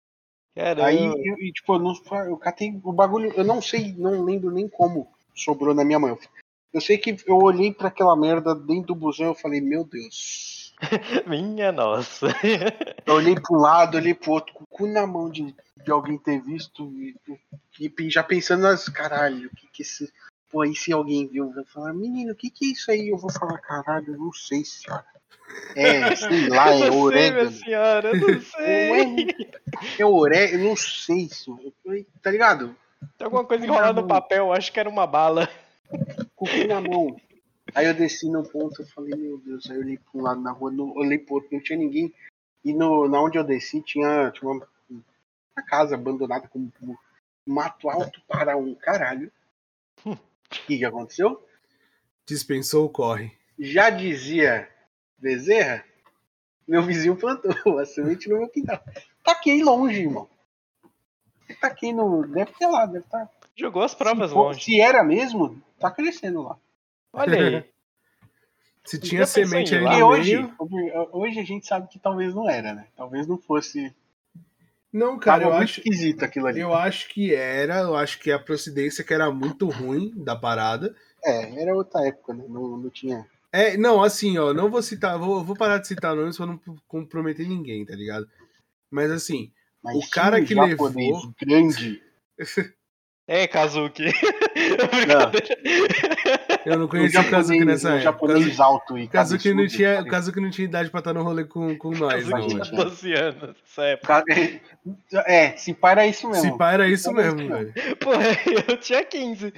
Aí, Caramba. eu, e, tipo, eu, não, eu catei o bagulho, eu não sei, não lembro nem como sobrou na minha mão. Eu sei que eu olhei pra aquela merda dentro do busão e eu falei, meu Deus. Minha nossa. Eu olhei pra um lado, olhei pro outro, com o cu na mão de, de alguém ter visto e, e já pensando nas, caralho, o que que esse. Pô, aí se alguém viu, vai falar, menino, o que que é isso aí? Eu vou falar, caralho, eu não sei, senhora. É, sei lá, é Eu não sei, minha orégano. senhora, eu não sei. É orégano, eu não sei, senhora. Tá ligado? Tem alguma coisa Com o cu enrolada na no mão. papel, acho que era uma bala. Com o cu na mão. Aí eu desci no ponto, eu falei, meu Deus, aí eu olhei pra um lado na rua, não, olhei pro outro, não tinha ninguém. E no, na onde eu desci tinha, tinha uma, uma casa abandonada com um mato alto para um caralho. O que, que aconteceu? Dispensou o corre. Já dizia Bezerra, meu vizinho plantou a semente no meu quintal. Taquei longe, irmão. Taquei no. Deve ter lá, deve estar. Jogou as Se, provas for- longe. se era mesmo, tá crescendo lá. Olha aí. Se Já tinha pensou semente em ir ali lá? E no hoje, meio. hoje a gente sabe que talvez não era, né? Talvez não fosse. Não, cara, Tava eu muito acho, esquisito aquilo ali. eu acho que era. Eu acho que a procedência que era muito ruim da parada. É, era outra época, né? Não, não tinha. É, não, assim, ó, não vou citar, vou, vou parar de citar nomes pra não comprometer ninguém, tá ligado? Mas assim, Mas o tinha cara um que japonês levou. grande. É, Kazuki. Não, Eu não um conheci o Kazuki japonês, nessa um época. japonês Kazuki, alto e Kazuki não cabeçudo. tinha, sabe? Kazuki não tinha idade pra estar no rolê com, com nós, não, Kazuki velho. tinha doze anos nessa época. Ca- É, se para isso mesmo. Se pá, era isso Se pá, era mesmo, velho. Porra, eu tinha quinze.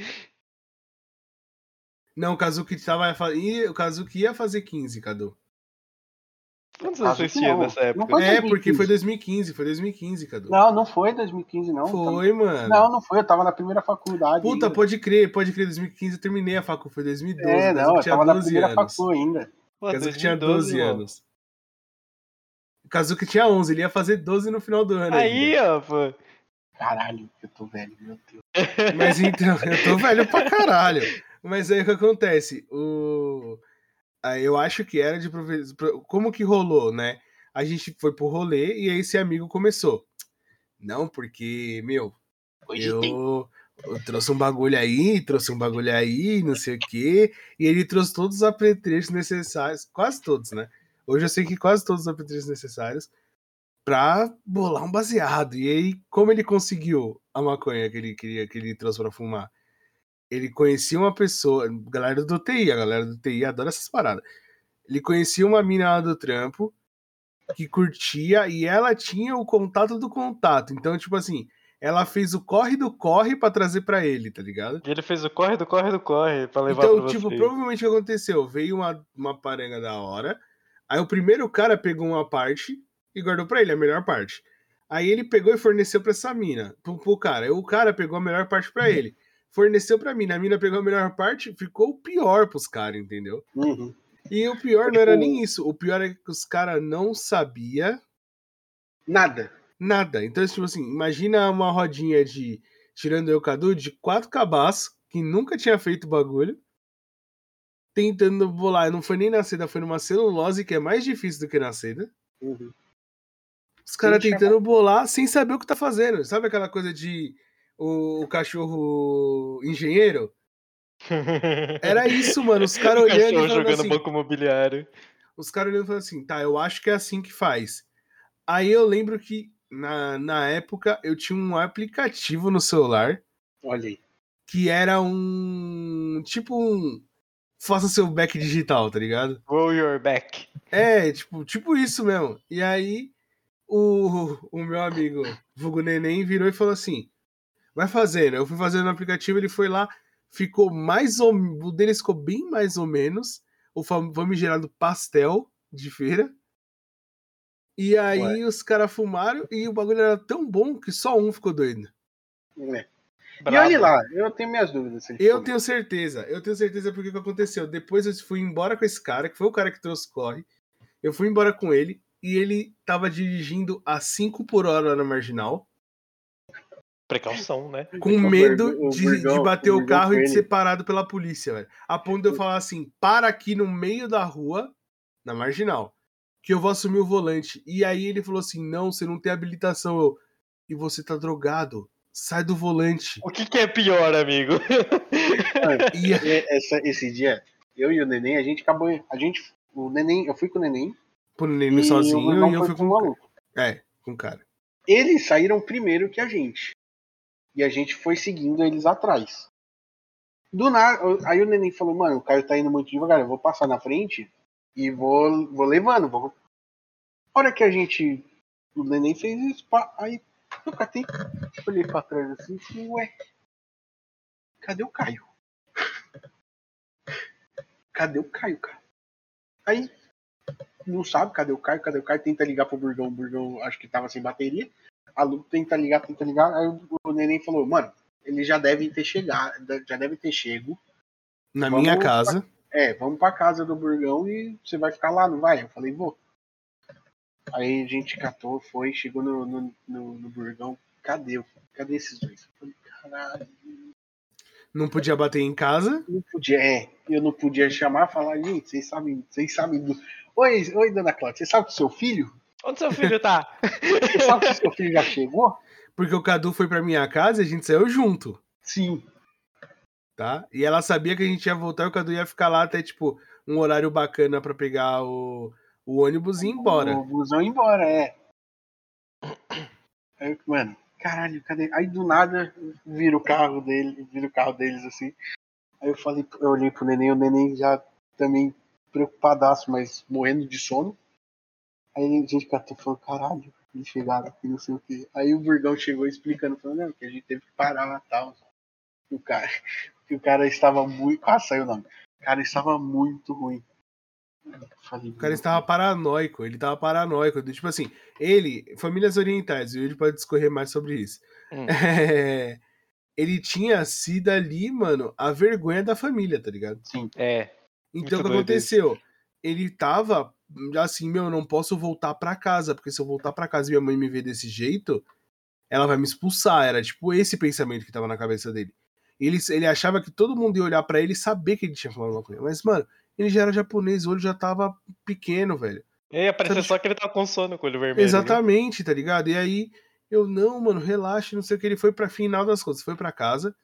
Não, o Kazuki tava. Ih, o Kazuki ia fazer quinze, Cadu. Quantos anos vocês tinham nessa Não época? foi É, dois mil e porque foi quinze. dois mil e quinze, foi dois mil e quinze, Cadu. Não, não foi dois mil e quinze, não. Foi, mano. Não, não foi. Eu tava na primeira faculdade. Puta, ainda. pode crer, pode crer, dois mil e quinze eu terminei a facu, foi dois mil e doze, É, o não, Kazuki eu tinha tava na doze primeira anos. facu ainda. O Kazuki dois mil tinha e doze, doze irmão. anos. O Kazuki tinha onze, ele ia fazer doze no final do ano Aí, ainda. ó, pô. Caralho, eu tô velho, meu Deus. Mas então, eu tô velho pra caralho. Mas aí o que acontece? O... Aí eu acho que era de professor. Como que rolou, né? A gente foi pro rolê e aí esse amigo começou. Não, porque, meu, Hoje tem. eu. eu trouxe um bagulho aí, trouxe um bagulho aí, não sei o quê. E ele trouxe todos os apetrechos necessários, quase todos, né? Hoje eu sei que quase todos os apetrechos necessários pra bolar um baseado. E aí, como ele conseguiu a maconha que ele queria, que ele trouxe pra fumar? Ele conhecia uma pessoa, galera do T I, a galera do T I adora essas paradas. Ele conhecia uma mina lá do trampo que curtia e ela tinha o contato do contato. Então, tipo assim, ela fez o corre do corre pra trazer pra ele, tá ligado? E ele fez o corre do corre do corre pra levar Então, pra tipo, você. provavelmente o que aconteceu? Veio uma, uma paranga da hora, aí o primeiro cara pegou uma parte e guardou pra ele, a melhor parte. Aí ele pegou e forneceu pra essa mina, pro, pro cara. Aí o cara pegou a melhor parte pra ele, forneceu pra mina. A mina pegou a melhor parte, ficou o pior pros caras, entendeu? Uhum. E o pior não era nem isso. O pior é que os caras não sabiam Nada. nada. Então, tipo assim, imagina uma rodinha de, tirando eu, Cadu, de quatro cabaços, que nunca tinha feito bagulho, tentando bolar. Não foi nem na seda, foi numa celulose, que é mais difícil do que na seda. Uhum. Os caras Sem tentando bolar sem saber o que tá fazendo. Sabe aquela coisa de o, o cachorro engenheiro? Era isso, mano. Os caras O olhando e cachorro falando jogando assim. banco imobiliário. Os caras olhando e falando assim, tá, eu acho que é assim que faz. Aí eu lembro que na, na época eu tinha um aplicativo no celular Olha aí. que era um. Tipo um. Faça seu back digital, tá ligado? Roll your back. É, tipo, tipo isso mesmo. E aí o, o meu amigo Vulgo Neném virou e falou assim: vai fazendo. Eu fui fazendo no aplicativo, ele foi lá, ficou mais ou o deles ficou bem mais ou menos. O famigerado pastel de feira. E aí Ué. os caras fumaram e o bagulho era tão bom que só um ficou doido. É. E Brabo. olha lá, eu tenho minhas dúvidas. Se ele Eu ficou tenho certeza, eu tenho certeza porque o que aconteceu. Depois eu fui embora com esse cara, que foi o cara que trouxe corre. Eu fui embora com ele e ele tava dirigindo a cinco por hora na marginal, Precaução, né? com O medo Burgão- o de, Burgão- de bater o o Burgão carro e foi de ele. ser parado pela polícia, velho. A ponto de eu falar assim: para aqui no meio da rua, na marginal, que eu vou assumir o volante. E aí ele falou assim: não, você não tem habilitação. Eu, e você tá drogado. Sai do volante. O que, que é pior, amigo? Mano, E e- essa- esse dia, eu e o Neném, a gente acabou. A gente. O Neném, eu fui com o Neném pô, e ele o sozinho Burgão e eu foi fui com o com o maluco. cara. É, com o cara. Eles saíram primeiro que a gente. E a gente foi seguindo eles atrás. Do nada, aí o Neném falou, mano, o cara tá indo muito devagar, eu vou passar na frente e vou, vou levando. Vou... A hora que a gente. O Neném fez isso, pá, aí eu catei, olhei pra trás assim e falei, ué, cadê o Caio? Cadê o Caio, cara? Aí, não sabe, cadê o Caio? Cadê o Caio? Tenta ligar pro Burgão, o Burgão acho que tava sem bateria. A Lu tenta ligar, tenta ligar. Aí o Neném falou, mano, eles já devem ter chegado, já devem ter chego. Na Vamos minha casa. Pra, é, vamos pra casa do Burgão e você vai ficar lá, não vai? Eu falei, vou. Aí a gente catou, foi, chegou no, no, no, no Burgão. Cadê? Cadê esses dois? Eu falei, caralho. Não podia bater em casa. Não podia, é. Eu não podia chamar e falar, gente, vocês sabem, vocês sabem do. Oi, oi, dona Cláudia, você sabe do seu filho? Onde seu filho tá? Você sabe que seu filho já chegou? Porque o Cadu foi pra minha casa e a gente saiu junto. Sim. Tá? E ela sabia que a gente ia voltar e o Cadu ia ficar lá até, tipo, um horário bacana pra pegar o, o ônibus e ir embora. O busão embora, é. Aí, mano, caralho, cadê? Aí do nada vira o carro dele, vira o carro deles assim. Aí eu falei, eu olhei pro Neném, o Neném já também preocupadaço, mas morrendo de sono. Aí a gente catou e falou, caralho, eles chegaram aqui, não sei o quê. Aí o Burgão chegou explicando, falando, não, que a gente teve que parar lá e tal. O cara, que o cara estava muito. Ah, saiu o nome. O cara estava muito ruim. Falei, O cara estava paranoico, ele tava paranoico. Tipo assim, ele, famílias orientais, e ele pode discorrer mais sobre isso. Hum. É, ele tinha sido ali, mano, a vergonha da família, tá ligado? Sim. É. Então o muito que doido aconteceu? Ele tava assim, meu, eu não posso voltar pra casa, porque se eu voltar pra casa e minha mãe me ver desse jeito, ela vai me expulsar. Era tipo esse pensamento que tava na cabeça dele. Ele, ele achava que todo mundo ia olhar pra ele e saber que ele tinha fumado maconha. Mas, mano, ele já era japonês, o olho já tava pequeno, velho. E ia parecer Sabe, só que ele tava com sono com o olho vermelho. Exatamente, tá ligado? E aí, eu, não, mano, relaxa, não sei o que. Ele foi pra final das contas, foi pra casa.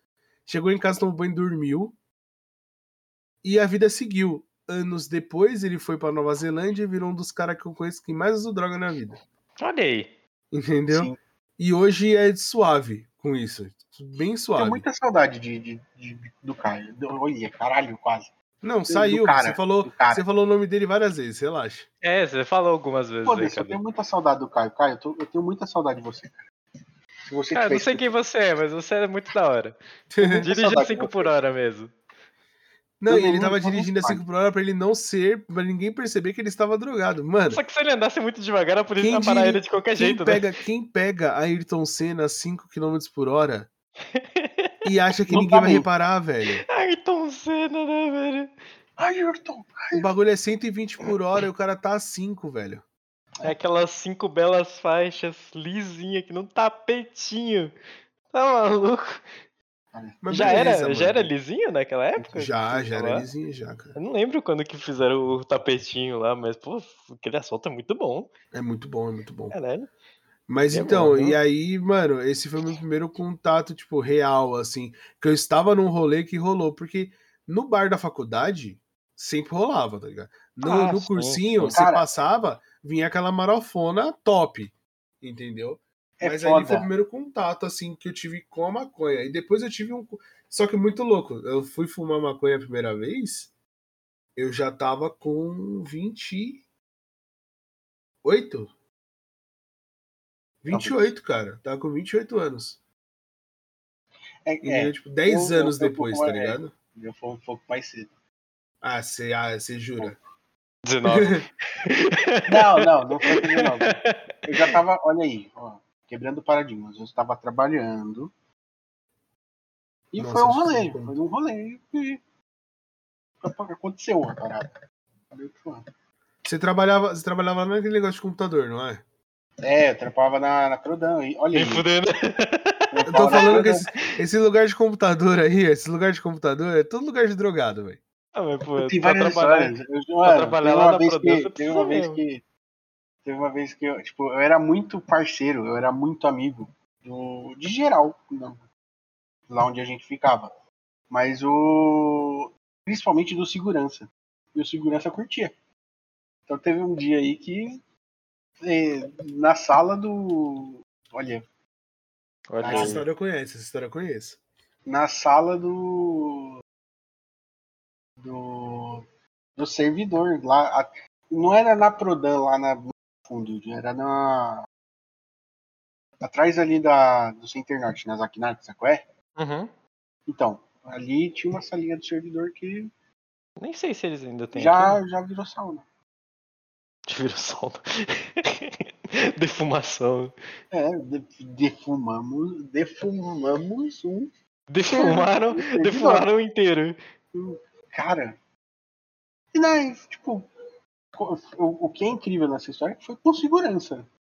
Chegou em casa, tomou banho e dormiu. E a vida seguiu. Anos depois, ele foi pra Nova Zelândia e virou um dos caras que eu conheço que mais usou droga na vida. Olha aí. Entendeu? Sim. E hoje é suave com isso. Bem suave. Tenho muita saudade de, de, de- do Caio. Olha, caralho, quase. Não, do saiu. cara, você, falou, do cara. você falou o nome dele várias vezes, relaxa. É, você falou algumas vezes aí, Foda-se, eu cara. tenho muita saudade do Caio. Caio, eu, tô- eu tenho muita saudade de você, cara. Se você Cara, eu não tiver sei quem você é, mas você é muito da hora. Muita Dirige a saudade cinco de por você. hora mesmo. Não, Eu e ele não- tava eu não dirigindo a falo. cinco por hora pra ele não ser, pra ninguém perceber que ele estava drogado. Mano, Só que se ele andasse muito devagar, a polícia quem, ia parar diri- ele de qualquer quem jeito, pega, quem pega Ayrton Senna a cinco quilômetros por hora e acha que Não ninguém tá vai bem. reparar, velho? né? Ayrton Senna, né, velho? Ayrton. O bagulho é cento e vinte por hora e o cara tá a cinco, velho. É aquelas cinco belas faixas lisinha que não tapetinho. Tá maluco? Mas já beleza, era, já mano. era lisinho naquela época? Já, Que já era lá? lisinho já, cara. Eu não lembro quando que fizeram o tapetinho lá, mas, pô, aquele asfalto é muito bom. É muito bom, é muito bom. Caralho. Mas Ele é então, bom, e viu? aí, mano, esse foi o meu primeiro contato, tipo, real, assim. Que eu estava num rolê que rolou. Porque no bar da faculdade, sempre rolava, tá ligado? No, Ah, no sim, cursinho, sim. você Cara, passava, vinha aquela marofona top, entendeu? É Mas ali foi o foda. primeiro contato, assim, que eu tive com a maconha. E depois eu tive um... Só que muito louco. Eu fui fumar maconha a primeira vez, eu já tava com vinte e oito? vinte e oito, cara. Tava com vinte e oito anos. É, Entendeu? é, Tipo, dez eu- anos eu- eu- depois, eu- tá é, ligado? Eu fui um pouco mais cedo. Ah, você ah, cê jura? dezenove. Não, não, não foi com dezenove. Eu já tava, olha aí, ó, quebrando paradigmas. Eu estava trabalhando. E Nossa, foi um acho que rolê. não conta. Foi um rolê que aconteceu uma parada. Falei, pô. Você trabalhava, você trabalhava lá naquele negócio de computador, não é? É, eu trampava na, na Prodan. E olha Nem aí. fudendo. Eu tô trampava na falando que Prodan. esse, esse lugar de computador aí, esse lugar de computador é todo lugar de drogado, velho. Ah, mas, pô, Tem pra várias trabalhar, histórias. Eu, pra mano, trabalhar teve lá uma na vez Prodan, que. você Teve precisa uma vez mesmo. que. Teve uma vez que eu, tipo, eu era muito parceiro, eu era muito amigo do, de geral, não, lá onde a gente ficava. Mas o. Principalmente do segurança. E o segurança curtia. Então teve um dia aí que. eh, na sala do. Olha, Olha Essa Caralho. aí. história eu conheço, essa história eu conheço. na sala do. Do. Do servidor. Lá, a- não era na Prodan, lá na no fundo, era na. Atrás ali da, do Center Norte, na Zaquinar, sabe qual é? Uhum. Então, ali tinha uma salinha do servidor que Nem sei se eles ainda têm já, aquilo. já virou sauna. Vira sol. Defumação. É, de- defumamos, defumamos um. Defumaram, um servidor. defumaram inteiro. Cara. E daí, tipo, o, o que é incrível nessa história é que foi com segurança.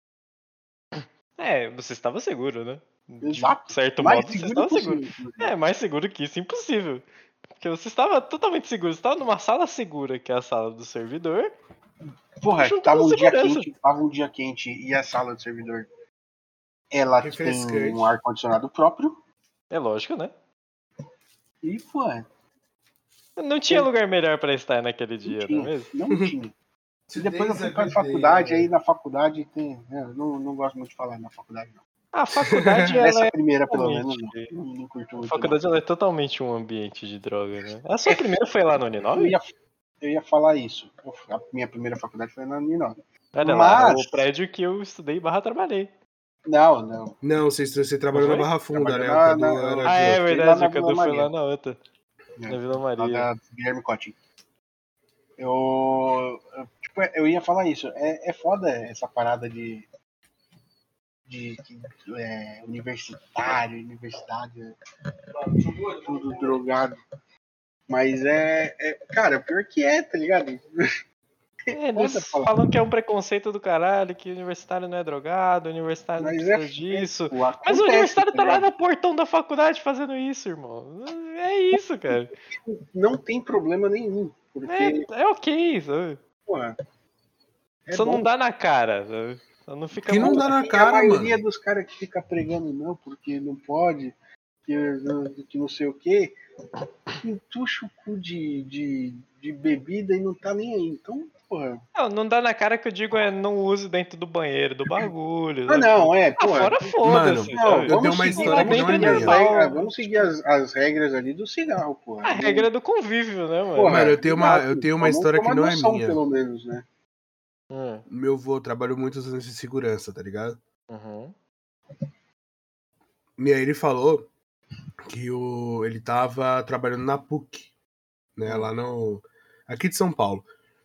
É, você estava seguro, né? De Exato. certo Mais modo, você seguro estava possível. seguro. É, mais seguro que isso, impossível. Porque você estava totalmente seguro. Você estava numa sala segura, que é a sala do servidor. Porra, junto tava com um dia segurança. quente, tava um dia quente e a sala do servidor, ela tem Refrescante. um ar-condicionado próprio. É lógico, né? E, pô, Não tinha lugar melhor pra estar naquele dia, não é tinha, mesmo? não tinha. E depois eu fui pra faculdade, aí na faculdade tem. Eu não, não gosto muito de falar na faculdade, não. A faculdade, ela Essa é primeira, pelo totalmente... menos, não. Não, não curto A muito. faculdade, Não. ela é totalmente um ambiente de droga, né? A sua primeira foi lá no Eu Uninove? ia, eu ia falar isso. Eu- a minha primeira faculdade foi na Uninove. Olha lá, Mas. o prédio que eu estudei barra trabalhei. Não, não. Não, você, você trabalhou Não na foi? Barra Funda, Trabalhou né? na- O Cadu na- era Ah, de é outro. Fui lá verdade, na o Cadu Vila foi Maria. lá na outra. É, Na Vila lá Maria. da Guilherme Cotin. Eu, eu, tipo, eu ia falar isso. É, é foda essa parada de, de, de é, universitário, universidade, tudo drogado. Mas é, é. Cara, pior que é, tá ligado? É, foda eles falar. falam que é um preconceito do caralho, que universitário não é drogado, universitário não Mas precisa é, disso. é, tipo, Mas o acontece, universitário tá tá lá ligado? no portão da faculdade fazendo isso, irmão. É isso, cara. Não tem problema nenhum. Porque, É, é ok, sabe? porra, é Só bom. não dá na cara, sabe? Só não fica Que não muito- dá na E cara, a maioria mano. dos caras que fica pregando não, porque não pode, que, que não sei o quê, entuxa o cu de, de, de bebida e não tá nem aí. Então, porra. Não, não dá na cara que eu digo é não use dentro do banheiro, do bagulho. Ah, sabe? não, é, Ah, porra. fora foda-se. Mano, sabe? eu tenho uma seguir história lá que não é dentro das minha. regras- Vamos seguir as, as regras ali do cigarro, porra. A regra do convívio, né, mano? Porra, Mano, eu tenho uma, exato. eu tenho uma Vamos história que tomar não é noção, minha. pelo menos, né? Hum, Meu avô trabalhou muitos anos de segurança, tá ligado? uhum. E aí ele falou que o, ele tava trabalhando na P U C, né, Hum. lá no... aqui de São Paulo.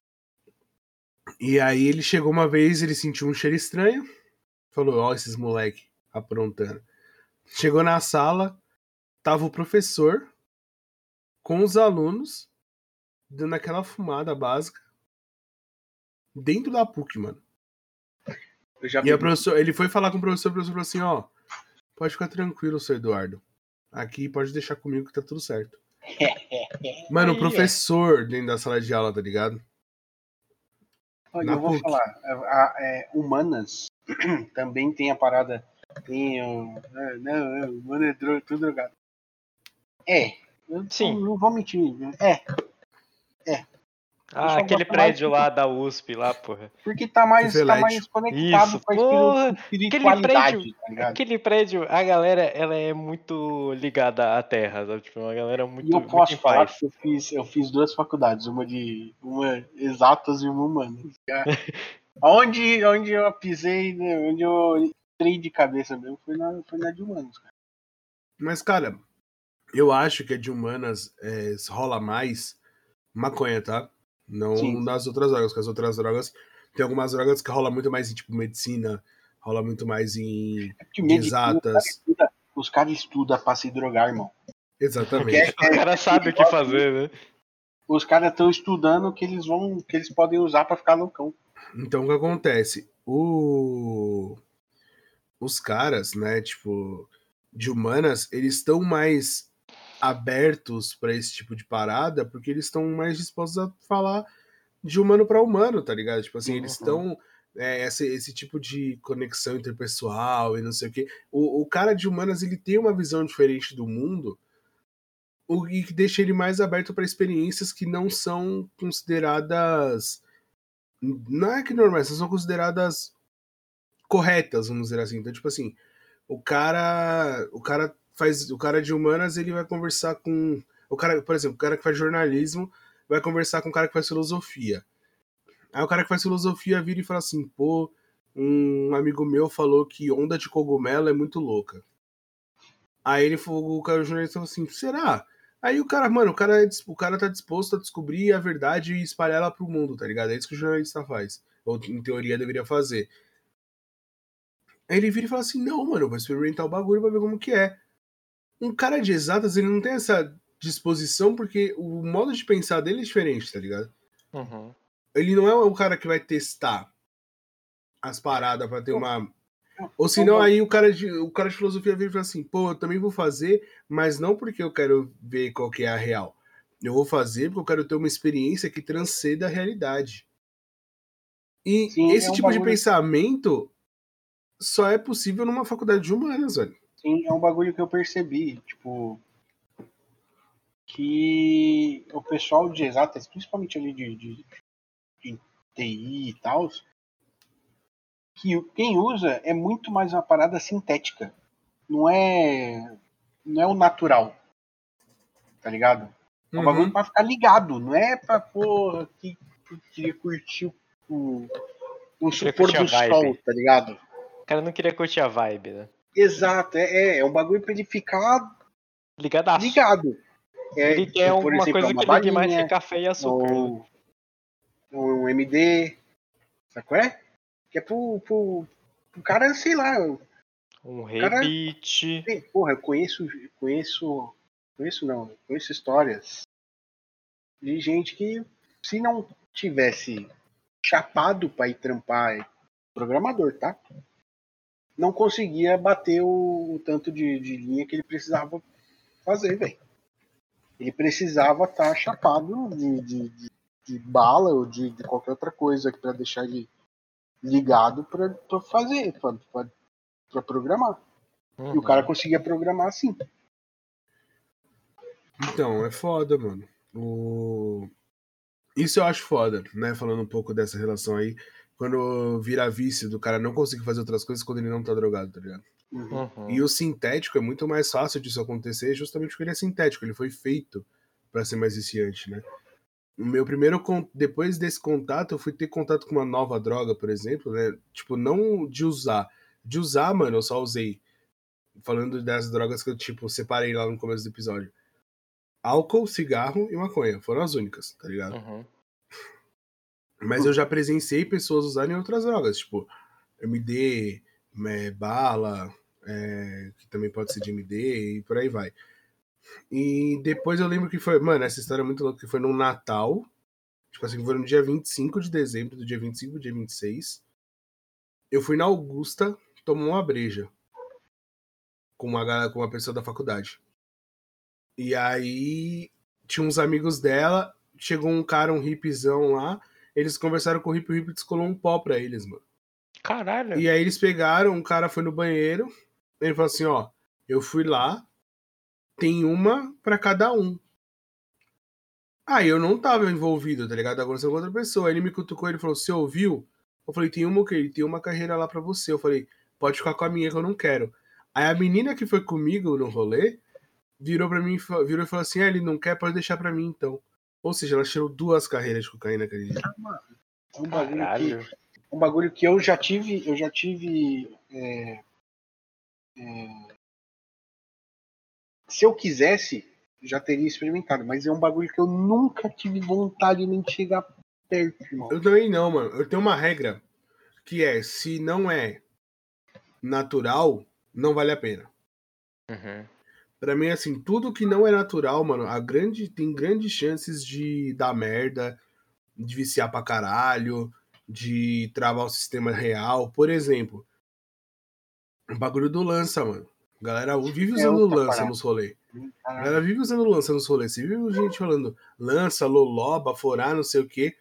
E aí ele chegou uma vez, ele sentiu um cheiro estranho, falou, ó, esses moleque aprontando. Chegou na sala, tava o professor com os alunos, dando aquela fumada básica, dentro da P U C, mano. Eu já E a bebi. professor, ele foi falar com o professor, o professor falou assim, ó, pode ficar tranquilo, seu Eduardo. Aqui pode deixar comigo que tá tudo certo. Mano, o Aí, professor dentro da sala de aula, tá ligado? Olha, Na eu vou P U C. falar, a, a- é, humanas também tem a parada. Tem o. é, Não, é, o humano é dro- tudo drogado. É, eu Sim. não, não vou mentir. É, Ah, só aquele gosto mais prédio lá da U S P lá, porra. porque tá mais, tá Fifelete. mais conectado Isso, com a porra. espiri- Aquele espiritualidade, prédio, tá ligado? aquele prédio, a galera, ela é muito ligada à terra, sabe? Tipo, uma galera muito, E eu muito posso em falar paz. que eu fiz, eu fiz duas faculdades, uma de uma exatas e uma humanas. Onde, onde eu pisei, né, onde eu entrei de cabeça mesmo foi na, foi na de humanos, cara. Mas, cara, eu acho que a de humanas é, rola mais maconha, tá? Não Sim. nas outras drogas, porque as outras drogas tem algumas drogas que rola muito mais em tipo medicina, rola muito mais em É porque de medicina, os caras exatas. estudam os cara estuda pra se drogar, irmão. Exatamente. O cara sabe o que fazer, né? Os caras estão estudando que eles vão, que eles podem usar pra ficar loucão. Então o que acontece? O... Os caras, né, tipo, de humanas, eles estão mais abertos pra esse tipo de parada porque eles estão mais dispostos a falar de humano pra humano, tá ligado? Tipo assim, eles Uhum. estão. É, esse, esse tipo de conexão interpessoal e não sei o quê. O, o cara de humanas, ele tem uma visão diferente do mundo, o e que deixa ele mais aberto pra experiências que não são consideradas. Não é que normais, são consideradas corretas, vamos dizer assim. Então, tipo assim, o cara. O cara faz. O cara de humanas, ele vai conversar com. O cara, por exemplo, o cara que faz jornalismo vai conversar com o cara que faz filosofia. Aí o cara que faz filosofia vira e fala assim, pô, um amigo meu falou que onda de cogumelo é muito louca. Aí ele falou, o cara o jornalista falou assim, será? Aí o cara, mano, o cara, é, o cara tá disposto a descobrir a verdade e espalhar ela pro mundo, tá ligado? É isso que o jornalista faz. Ou em teoria deveria fazer. Aí ele vira e fala assim, não, mano, eu vou experimentar o bagulho pra ver como que é. Um cara de exatas, ele não tem essa disposição porque o modo de pensar dele é diferente, tá ligado? Uhum. Ele não é o cara que vai testar as paradas pra ter uma... Ou senão aí o cara de, o cara de filosofia vira e fala assim, pô, eu também vou fazer, mas não porque eu quero ver qual que é a real. Eu vou fazer porque eu quero ter uma experiência que transcenda a realidade. E Sim, esse é um tipo de bagulho- pensamento só é possível numa faculdade de humanas, velho. Sim, é um bagulho que eu percebi, tipo, que o pessoal de exatas, principalmente ali de, de, de T I e tal, que o- quem usa é muito mais uma parada sintética. Não é, não é o natural, tá ligado? É um bagulho Uhum. pra ficar ligado, não é pra, porra, que, que queria curtir o, o, o Queria supor curtir a do vibe. sol, tá ligado? O cara não queria curtir a vibe, né? Exato, é, é, é um bagulho pra ele ficar Ligadaço. ligado. É, Ele quer por alguma exemplo, coisa uma que ligue mais que balinha, café e açúcar. Né? ou, ou um M D, sabe qual é? Que é pro, pro, pro cara, sei lá, Um cara- rebite. porra, eu conheço, conheço, conheço não, conheço histórias de gente que se não tivesse chapado pra ir trampar programador, tá? Não conseguia bater o, o tanto de, de linha que ele precisava fazer, velho. Ele precisava estar chapado de, de, de, de bala ou de, de qualquer outra coisa para deixar ele ligado para fazer, para programar. Uhum. E o cara conseguia programar assim. Então, é foda, mano. O... Isso eu acho foda, né? Falando um pouco dessa relação aí. Quando vira vício do cara não conseguir fazer outras coisas quando ele não tá drogado, tá ligado? Uhum. Uhum. E o sintético é muito mais fácil disso acontecer justamente porque ele é sintético. Ele foi feito pra ser mais viciante, né? O meu primeiro... con- Depois desse contato, eu fui ter contato com uma nova droga, por exemplo, né? Tipo, não de usar. De usar, mano, eu só usei. Falando das drogas que eu, tipo, separei lá no começo do episódio. Álcool, cigarro e maconha. Foram as únicas, tá ligado? Uhum. Mas eu já presenciei pessoas usarem outras drogas, tipo M D, é, bala, é, que também pode ser de M D e por aí vai. E depois eu lembro que foi, mano, essa história é muito louca, que foi no Natal, tipo assim, foi no dia vinte e cinco de dezembro, do dia vinte e cinco pro dia vinte e seis. Eu fui na Augusta tomar uma breja com uma, galera- com uma pessoa da faculdade. E aí tinha uns amigos dela, chegou um cara, um hippizão lá, eles conversaram com o hippie, o hippie descolou um pó pra eles, mano. Caralho. E aí eles pegaram, um cara foi no banheiro, ele falou assim, ó, eu fui lá, tem uma pra cada um. Aí eu não tava envolvido, tá ligado? Agora você é outra pessoa. Aí ele me cutucou, ele falou, você ouviu? Eu falei, tem uma o quê? Tem uma carreira lá pra você. Eu falei, pode ficar com a minha que eu não quero. Aí a menina que foi comigo no rolê, virou pra mim, virou e falou assim, ah, ele não quer, pode deixar pra mim então. Ou seja, ela tirou duas carreiras de cocaína naquele dia. É um bagulho que, Caralho. um bagulho que eu já tive, eu já tive. é, é, se eu quisesse, já teria experimentado, mas é um bagulho que eu nunca tive vontade nem de chegar perto, irmão. Eu também não, mano. Eu tenho uma regra que é, se não é natural, não vale a pena. Uhum. Pra mim, assim, tudo que não é natural, mano, a grande, tem grandes chances de dar merda, de viciar pra caralho, de travar o sistema real. Por exemplo, o bagulho do lança, mano. A galera vive É usando outra lança parada. nos rolês. A Caralho. galera vive usando lança nos rolês. Você viu gente falando lança, loloba, forá, não sei o quê.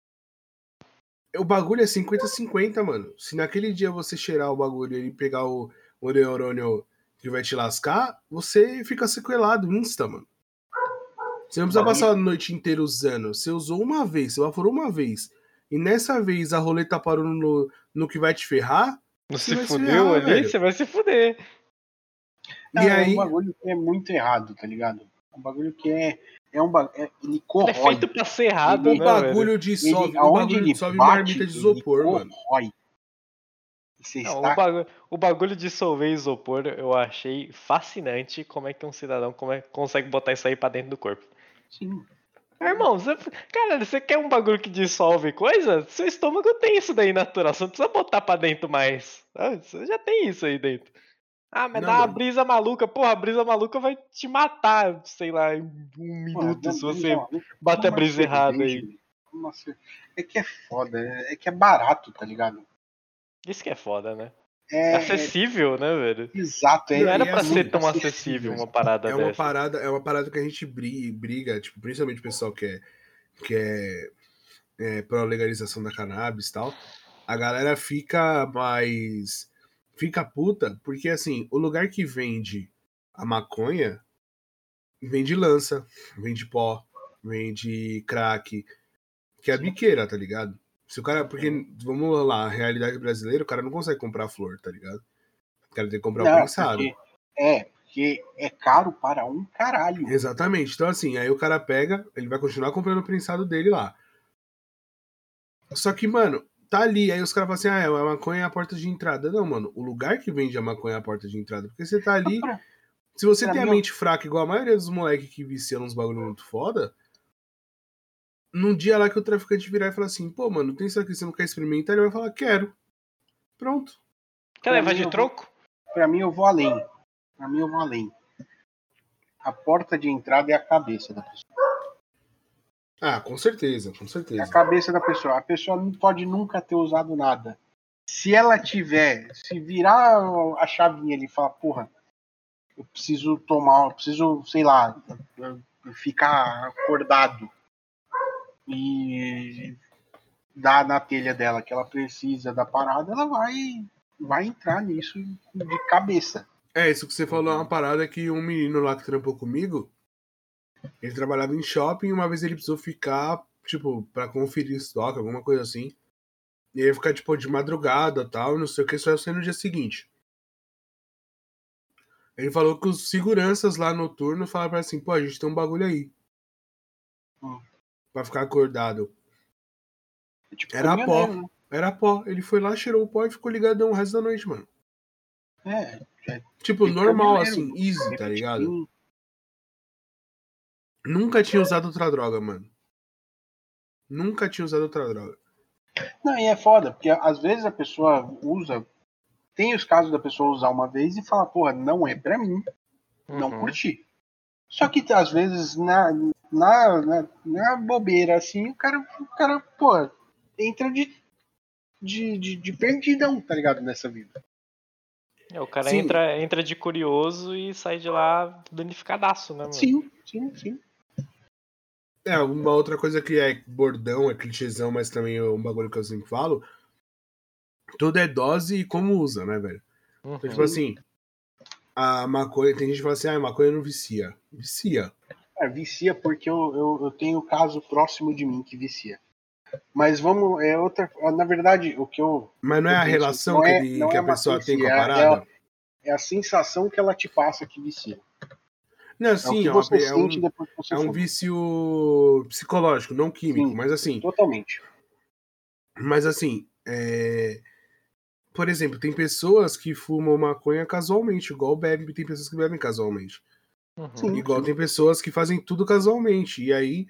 O bagulho é cinquenta a cinquenta, mano. Se naquele dia você cheirar o bagulho e pegar o, o neurônio que vai te lascar, você fica sequelado, insta, mano. Você não precisa passar a noite inteira usando. Você usou uma vez, você evaporou uma vez. E nessa vez a roleta parou no, no que vai te ferrar. Não Você se vai se fudeu ferrar, ali, velho. você vai se fuder. Não, E é um aí, bagulho que é muito errado, tá ligado? É um bagulho que é. É um ba... é, ele Ele é corrói. feito pra ser errado, o Ele- né, bagulho velho? dissolve, Ele, o aonde bagulho ele dissolve bate, marmita de ele isopor, mano. corrói. Você Não, está... o, bagulho, o bagulho de dissolver isopor eu achei fascinante como é que um cidadão como é, consegue botar isso aí pra dentro do corpo. Sim. Ah, irmão, você, cara, você quer um bagulho que dissolve coisa? Seu estômago tem isso daí natural, você não precisa botar pra dentro mais. Ah, você já tem isso aí dentro. Ah, mas Não, dá uma mano. brisa maluca. Porra, a brisa maluca vai te matar, sei lá, em um Porra, minuto dá se brisa você maluca, bater a toma brisa errada cerveja, aí. velho. Toma cer- É que é foda, é é que é barato, tá ligado? Isso que é foda, né? É É, é acessível, né, velho? exato, é, Não Não, era e é é pra ser muito assim, tão acessível uma parada é uma dessa. parada, é uma parada que a gente bri- briga, tipo, principalmente o pessoal que é, que é, é pró legalização da cannabis e tal. A galera fica mais fica puta, porque assim, o lugar que vende a maconha vende lança, vende pó, vende crack, que é a biqueira, tá ligado? Se o cara, porque Uhum. vamos lá, a realidade brasileira, o cara não consegue comprar flor, tá ligado? O cara tem que comprar o Não, prensado. porque é, porque é caro para um caralho. Exatamente. Então, assim, aí o cara pega, ele vai continuar comprando o prensado dele lá. Só que, mano, tá ali. Aí os caras falam assim: ah, a maconha é a porta de entrada. Não, mano, o lugar que vende a maconha é a porta de entrada. Porque você tá ali. Pra, Se você pra tem a mim, mente fraca, igual a maioria dos moleques que viciam uns bagulho muito foda, num dia lá que o traficante virar e falar assim: pô, mano, tem isso aqui, você não quer experimentar? Ele vai falar: quero. Pronto. Quer pra levar mim, de eu vou, troco? pra mim, eu vou além. Pra mim, eu vou além. A porta de entrada é a cabeça da pessoa. Ah, com certeza, com É a certeza. cabeça da pessoa. A pessoa não pode nunca ter usado nada. Se ela tiver, se virar a chavinha ali e falar, porra, eu preciso tomar, eu preciso, sei lá, ficar acordado e dar na telha dela que ela precisa da parada, ela vai, vai entrar nisso de cabeça. É, isso que você falou é uma parada que um menino lá que trampou comigo, Ele trabalhava em shopping e uma vez ele precisou ficar, tipo, pra conferir estoque, alguma coisa assim. E aí ficar, tipo, de madrugada e tal, não sei o que, só ia sair no dia seguinte. Ele falou que os seguranças lá noturno falaram assim, pô, a gente tem um bagulho aí. Hum. Pra ficar acordado. Tipo, Era pó. né? Era pó. Ele foi lá, cheirou o pó e ficou ligadão o resto da noite, mano. É. é tipo, normal, assim, easy, tá ligado? Nunca tinha usado outra droga, mano. Nunca tinha usado outra droga. Não, e é foda, porque às vezes a pessoa usa. Tem os casos da pessoa usar uma vez e falar, porra, não é pra mim. Não Uhum. curti. Só que às vezes na, na, na, na bobeira assim, o cara, o cara, pô, entra de, de, de, de perdidão, tá ligado? Nessa vida. É, o cara Sim. entra, entra de curioso e sai de lá danificadaço, né, mano? Sim, sim, sim. É, uma outra coisa que é bordão, é clichêzão, mas também é um bagulho que eu sempre falo. Tudo é dose e como usa, né, velho? Uhum. Então, tipo assim, a maconha, tem gente que fala assim, ah, a maconha não vicia. Vicia. É, vicia porque eu, eu, eu tenho caso próximo de mim que vicia. Mas vamos, é outra. Na verdade, o que eu. Mas não é eu a penso, relação não que, é, ele, não que é a uma pessoa tem com vicia, a é, parada? é, é a sensação que ela te passa que vicia. Não, É o sim, que é, uma, você é sente um, depois que você é um fuma. vício psicológico, não químico. Sim, Mas assim, totalmente. mas assim, é... por exemplo, tem pessoas que fumam maconha casualmente, igual bebe, tem pessoas que bebem casualmente. Uhum. Sim, Igual sim. tem pessoas que fazem tudo casualmente. E aí,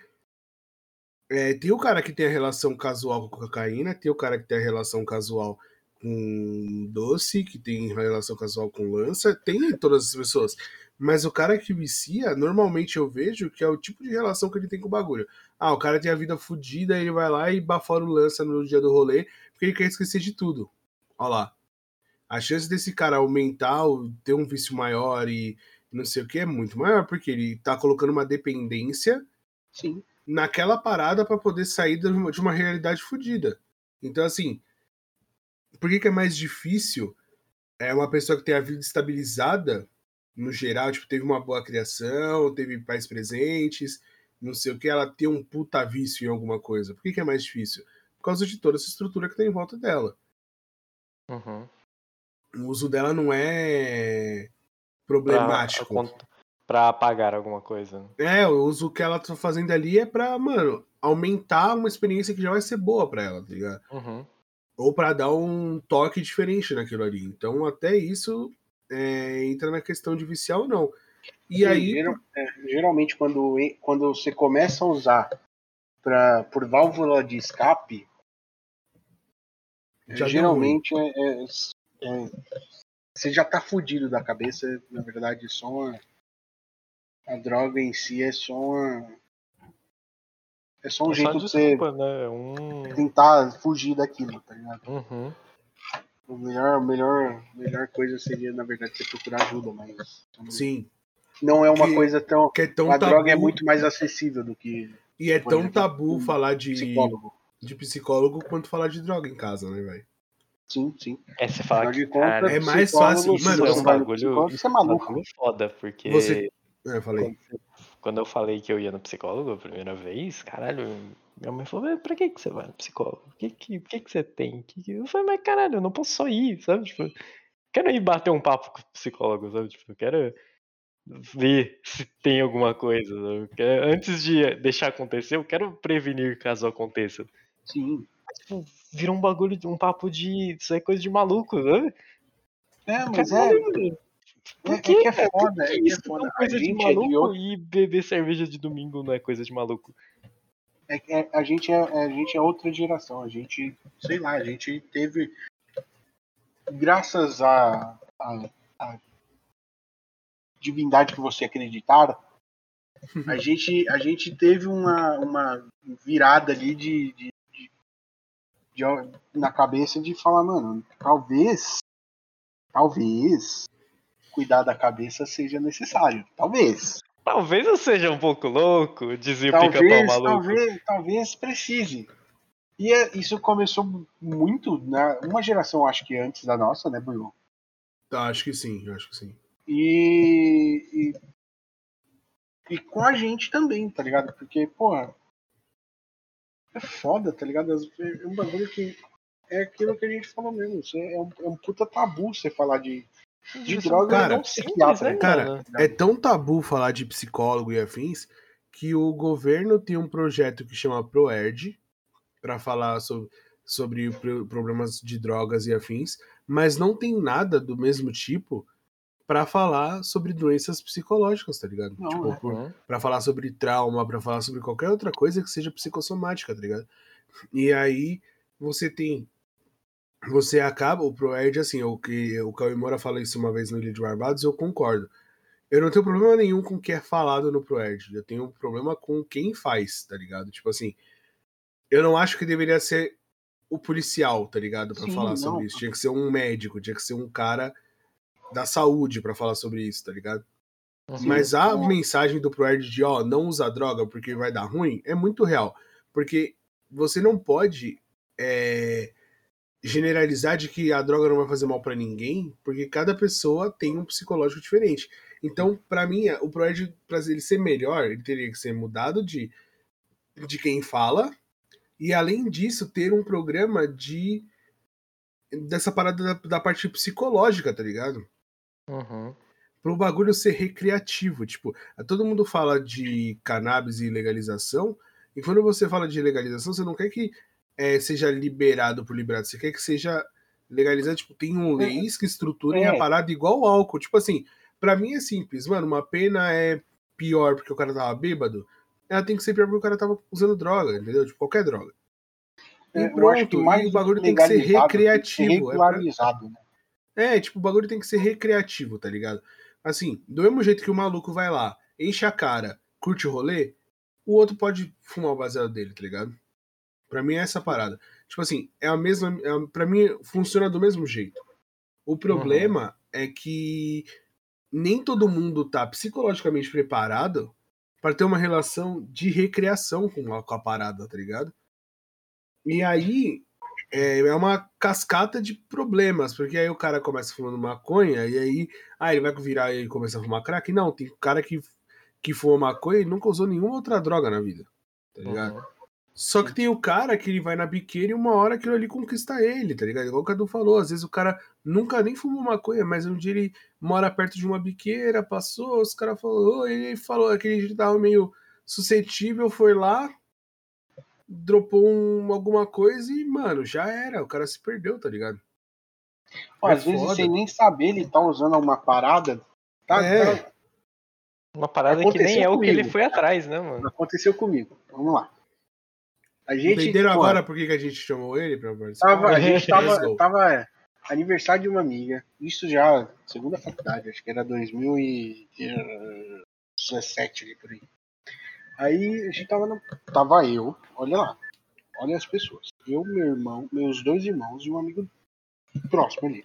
é, tem o cara que tem a relação casual com cocaína, tem o cara que tem a relação casual com doce, que tem relação casual com lança, tem todas as pessoas. Mas o cara que vicia, normalmente eu vejo que é o tipo de relação que ele tem com o bagulho. Ah, o cara tem a vida fodida, ele vai lá e bafora o lança no dia do rolê, porque ele quer esquecer de tudo. Olha lá. A chance desse cara aumentar, ter um vício maior e não sei o que é muito maior, porque ele tá colocando uma dependência Sim. naquela parada para poder sair de uma, de uma realidade fodida. Então, assim, por que, que é mais difícil é uma pessoa que tem a vida estabilizada, no geral, tipo, teve uma boa criação, teve pais presentes, não sei o que, ela ter um puta vício em alguma coisa? Por que, que é mais difícil? Por causa de toda essa estrutura que tem em volta dela. Uhum. O uso dela não é Pra, problemático. pra apagar alguma coisa. É, o uso que ela tá fazendo ali é pra, mano, aumentar uma experiência que já vai ser boa pra ela, tá ligado? Uhum. Ou pra dar um toque diferente naquilo ali. Então, até isso é, entra na questão de viciar ou não. E Sim, aí. geral, é, geralmente, quando, quando você começa a usar pra, por válvula de escape, Já geralmente é, é, é, você já tá fudido da cabeça. Na verdade, só uma, a droga em si é só uma. É só um É só jeito de você desculpa, né? Um... tentar fugir daquilo, tá ligado? Uhum. A melhor, melhor, melhor coisa seria, na verdade, você procurar ajuda, mas. Sim. Não é uma Que, coisa tão. que é tão A tabu. droga é muito mais acessível do que. E é por tão exemplo, tabu um falar de psicólogo. de psicólogo quanto falar de droga em casa, né, velho? Sim, sim. É, você fala Afinal que, de contas, cara, É mais fácil. psicólogo, se Mano, isso é você um vai no bagulho, psicólogo, isso você é é um maluco. bagulho foda, porque você. É, eu falei. quando, você- quando eu falei que eu ia no psicólogo a primeira vez, caralho, minha mãe falou, mas pra que, que você vai no psicólogo? O que, que, que, que você tem? Que que... Eu falei, mas caralho, eu não posso só ir, sabe? Tipo, quero ir bater um papo com o psicólogo, sabe? Tipo, eu quero ver se tem alguma coisa. Sabe? Eu quero- Antes de deixar acontecer, eu quero prevenir caso aconteça. Sim. Tipo, vira um bagulho, um papo de. Isso é coisa de maluco, sabe? É, mas é. Caralho, por É, é quê, que é cara? Por foda, que é que é isso foda. não é A coisa de gente é de maluco outro. e beber cerveja de domingo não é coisa de maluco? É, que é- a, gente é, a gente é outra geração. A gente, sei lá, a gente teve. Graças à a, a, divindade que você acreditar, a gente, a gente teve uma, uma virada ali de, de, de, de, na cabeça de falar, mano, talvez, talvez cuidar da cabeça seja necessário. Talvez. Talvez eu seja um pouco louco, dizia o pica-pau Talvez, maluco. talvez, talvez precise. E é, isso começou muito na uma geração, acho que antes da nossa, né, Bruno? Tá, acho que sim, acho que sim. E, e e com a gente também, tá ligado? Porque, porra, é foda, tá ligado? É um bagulho que é aquilo que a gente falou mesmo. É um, é um puta tabu você falar de, de droga cara, e não psiquiatra. né, cara, é tão tabu falar de psicólogo e afins que o governo tem um projeto que chama ProERD para falar sobre, sobre problemas de drogas e afins, mas não tem nada do mesmo tipo para falar sobre doenças psicológicas, tá ligado? Não, tipo, é. por, pra falar sobre trauma, pra falar sobre qualquer outra coisa que seja psicossomática, tá ligado? E aí você tem. Você acaba, o ProErd, assim, o que o Cauê Moura fala isso uma vez no Ilha de Barbados, eu concordo. Eu não tenho problema nenhum com o que é falado no ProErd, eu tenho um problema com quem faz, tá ligado? Tipo assim, eu não acho que deveria ser o policial, tá ligado? Pra Sim, falar não. sobre isso. Tinha que ser um médico, tinha que ser um cara da saúde pra falar sobre isso, tá ligado? Sim. Mas a mensagem do ProErd de, ó, não usa droga porque vai dar ruim, é muito real. Porque você não pode é, generalizar de que a droga não vai fazer mal pra ninguém, porque cada pessoa tem um psicológico diferente. Então, pra mim, o ProErd, pra ele ser melhor, ele teria que ser mudado de, de quem fala, e além disso, ter um programa de dessa parada da, da parte psicológica, tá ligado? Uhum. Pro bagulho ser recreativo. Tipo, todo mundo fala de cannabis e legalização, e quando você fala de legalização, você não quer que é, seja liberado por liberado, você quer que seja legalizado, tipo, tem um leis que estruturem É. a parada igual ao álcool. Tipo assim, pra mim é simples, mano, uma pena é pior porque o cara tava bêbado, ela tem que ser pior porque o cara tava usando droga, entendeu? Tipo, qualquer droga. E É, eu acho que pronto, mais e o do que bagulho tem que ser legalizado, tem que ser recreativo. É pra... regularizado, né? É, tipo, o bagulho tem que ser recreativo, tá ligado? Assim, do mesmo jeito que o maluco vai lá, enche a cara, curte o rolê, o outro pode fumar o baseado dele, tá ligado? Pra mim é essa parada. Tipo assim, é a mesma. É, a- pra mim funciona do mesmo jeito. O problema é que nem todo mundo tá psicologicamente preparado pra ter uma relação de recreação com a, com a parada, tá ligado? E aí é, é uma cascata de problemas, porque aí o cara começa fumando maconha, e aí, ah, ele vai virar e começar a fumar crack? Não, tem cara que, que fuma maconha e nunca usou nenhuma outra droga na vida, tá ligado? Uhum. Só que tem o cara que ele vai na biqueira e uma hora aquilo ali conquista ele, tá ligado? Igual o Cadu falou, às vezes o cara nunca nem fumou maconha, mas um dia ele mora perto de uma biqueira, passou, os caras falaram, ele falou, aquele dia tava meio suscetível, foi lá, dropou um, alguma coisa e, mano, já era. O cara se perdeu, tá ligado? Pô, É às vezes, foda. sem nem saber, ele tá usando uma parada. Tá, É. tá- Uma parada que nem é o que ele foi atrás, né, mano? Aconteceu comigo. Vamos lá. A gente. Entenderam pô, agora por que que a gente chamou ele pra participar? tava, a gente Let's tava, go. tava é, aniversário de uma amiga. Isso já segunda faculdade, acho que era dois mil e dezessete ali por aí. Aí a gente tava no, tava eu, olha lá, olha as pessoas. Eu, meu irmão, meus dois irmãos e um amigo próximo ali.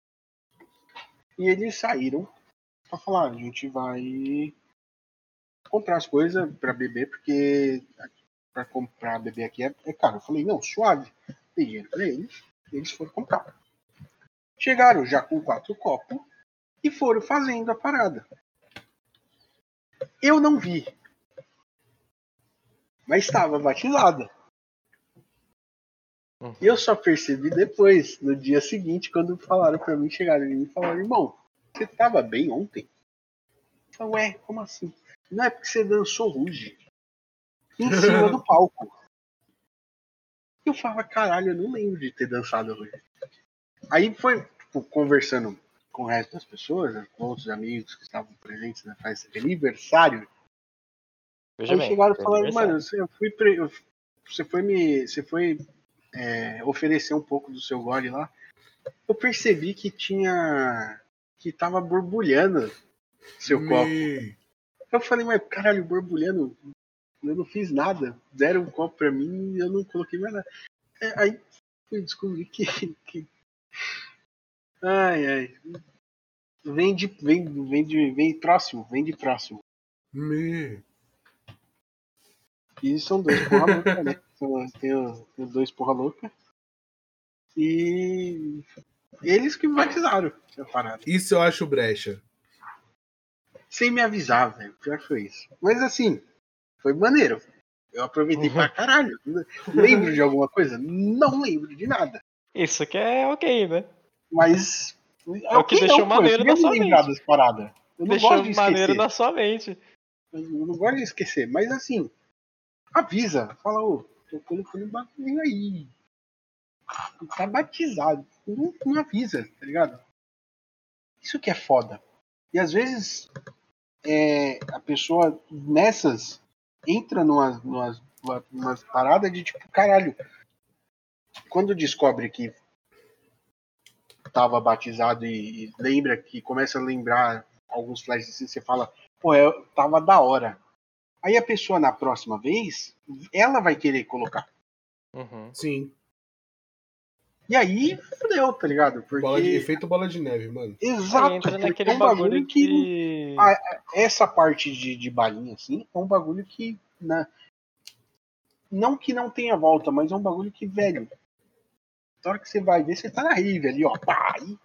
E eles saíram pra falar, a gente vai comprar as coisas pra beber, porque pra comprar beber aqui é, é caro. Eu falei, não, suave. Dei dinheiro pra eles, eles foram comprar. Chegaram já com quatro copos e foram fazendo a parada. Eu não vi, mas estava batizada. Uhum. E eu só percebi depois, no dia seguinte, quando falaram pra mim, chegaram em mim e falaram, irmão, você tava bem ontem? Eu falei, ué, como assim? Não é porque você dançou ruge em cima do palco. Eu falava, caralho, eu não lembro de ter dançado ruge. Aí foi, tipo, conversando com o resto das pessoas, né, com outros amigos que estavam presentes na festa de aniversário. Veja Aí bem, chegaram e foi falaram, aniversário. mano, você foi, pre... você foi me. Você foi é, oferecer um pouco do seu gole lá. Eu percebi que tinha. Que tava borbulhando seu Me... copo. Eu falei, mas caralho, borbulhando, eu não fiz nada. Deram um copo pra mim e eu não coloquei mais nada. É, aí eu descobri que. que... Ai, ai. Vem de. Vem, vem de. Vem próximo, vem de próximo. Me... E são dois porra louca, né? Tem os dois porra louca. E eles que batizaram a parada. Isso eu acho brecha. sem me avisar, velho. Pior que foi isso. Mas assim, foi maneiro. Eu aproveitei pra caralho. Lembro de alguma coisa? Não lembro de nada. Isso que é ok, né? Mas. É o que ok, deixou não, pô, maneiro eu na queria sua me lembrar mente. das paradas. Eu não Deixou gosto de maneiro esquecer. na sua mente. Eu não gosto de esquecer. Mas assim, avisa. Fala, ô, tô colocando um bagulho aí. Tá batizado. Não, não avisa, tá ligado? Isso que é foda. E às vezes é, a pessoa nessas entra numas, numas, numas paradas de tipo, caralho. Quando descobre que tava batizado e, e lembra que começa a lembrar alguns flashes assim, você fala, pô, eu tava da hora. Aí a pessoa na próxima vez, ela vai querer colocar. Uhum. Sim. E aí, fudeu, tá ligado? Porque... Bola de, efeito bola de neve, mano. Exato, Aí entra porque naquele é um bagulho, bagulho que... de... A, a, essa parte de, de balinha, assim, é um bagulho que... Na... Não que não tenha volta, mas é um bagulho que, velho... Na hora que você vai ver, você tá na rave ali, ó. Pá, aí...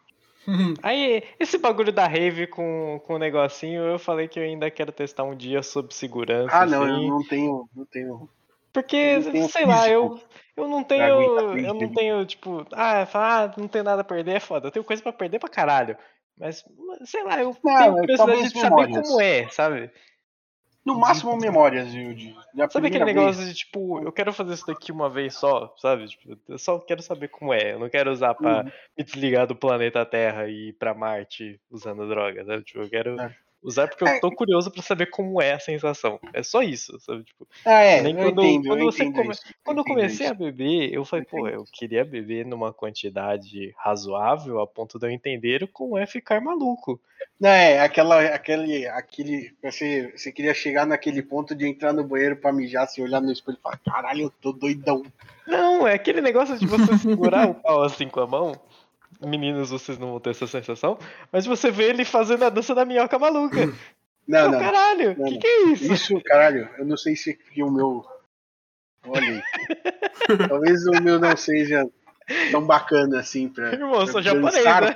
Aí, esse bagulho da rave com, com o negocinho, eu falei que eu ainda quero testar um dia sob segurança, Ah, não, eu assim. não tenho... Não tenho... Porque, Não tenho sei lá, físico eu, eu não pra aguentar tenho. três Eu não vezes. tenho, tipo, ah, falar, ah, não tenho nada a perder, é foda. Eu tenho coisa pra perder pra caralho. Mas, sei lá, eu tenho Não, é, curiosidade talvez de saber memórias. como é, sabe? No máximo memórias, Yudi. Da Sabe aquele primeira negócio vez. de, tipo, eu quero fazer isso daqui uma vez só, sabe? Tipo, eu só quero saber como é. Eu não quero usar pra Uhum. me desligar do planeta Terra e ir pra Marte usando droga, sabe? Tipo, eu quero É. usar porque eu É, tô curioso pra saber como é a sensação. É só isso, sabe? Tipo, ah, que é, nem eu quando, entendo, eu quando você entendo come... isso. Eu Quando eu entendo comecei isso. a beber, eu falei, Eu pô, entendo eu isso. queria beber numa quantidade razoável a ponto de eu entender como é ficar maluco. Não, é, aquela, aquele, aquele. Você, você queria chegar naquele ponto de entrar no banheiro pra mijar, se olhar no espelho e falar, caralho, eu tô doidão. Não, é aquele negócio de você segurar o pau assim com a mão. Meninos, vocês não vão ter essa sensação, mas você vê ele fazendo a dança da minhoca maluca. Não, Pô, não, não. caralho, não, que não. que é isso? Isso, caralho, eu não sei se o meu. Olha aí. Talvez o meu não seja tão bacana assim pra, Irmão, eu pra sou japonês, dançar. né?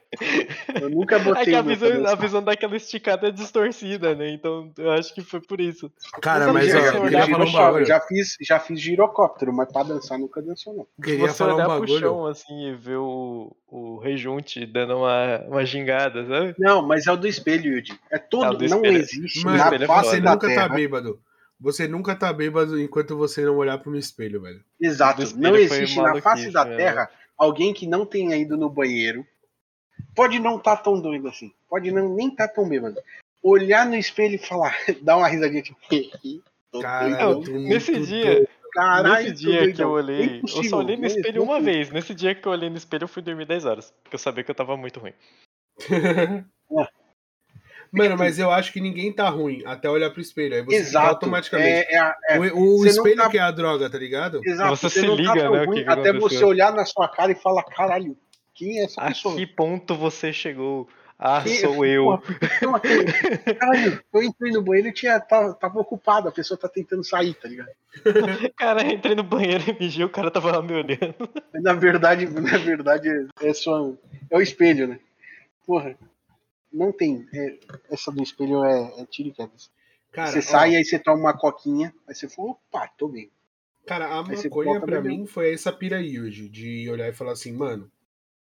Eu nunca É que botei a o meu pra visão, a dançar. visão daquela esticada é distorcida, né? Então eu acho que foi por isso. Cara, sabe mas que Já, ó, você já eu fiz olhar queria falar pro um girocóptero, chão, bagulho. já fiz, já fiz girocóptero, mas pra dançar nunca dançou, não. de Queria você falar um olhar pro bagulho. chão assim e ver o, o rejunte dando uma, uma gingada, sabe? Não, mas é o do espelho, Yudi. É Ah, o todo. do Não espelho. existe O do Mano, na espelho é face você foda. da nunca tá Terra. bêbado. Você nunca tá bêbado enquanto você não olhar pro espelho, velho. O do Exato. Não espelho foi existe na face maluquice da mesmo. Terra alguém que não tenha ido no banheiro. Pode não estar tá tão doido assim. Pode não, nem estar tá tão bêbado. Olhar no espelho e falar, dar uma risadinha tipo, tô Caralho, eu Não, doidão. tô nesse muito dia, doido. nesse Caralho, tô dia que eu doidão. É olhei, eu só impossível. olhei no Não, espelho não uma tem. vez. Nesse dia que eu olhei no espelho, eu fui dormir dez horas. Porque eu sabia que eu tava muito ruim. Mano, mas eu acho que ninguém tá ruim até olhar pro espelho. Aí você fica Exato. automaticamente. É, é, é. O, o Você não espelho tá. que é a droga, tá ligado? Exato. Você Você se não tá liga, tão né, o ruim que que até você aconteceu. olhar na sua cara e falar, caralho, quem é essa A pessoa? que ponto você chegou? Ah, Que, sou porra, eu. por que que eu aqui? Caralho, eu entrei no banheiro e tinha, tava, tava ocupado, a pessoa tá tentando sair, tá ligado? Cara, eu entrei no banheiro e mijei, o cara tava lá me olhando. Mas, na verdade, na verdade, é só. É o espelho, né? Porra, não tem. É, essa do espelho é, é tiro e queda. Você Cara, sai, ó. aí você toma uma coquinha, aí você fala, opa, tô bem. Cara, a Aí você maconha volta pra bebendo. mim foi essa pira aí hoje. De olhar e falar assim, mano.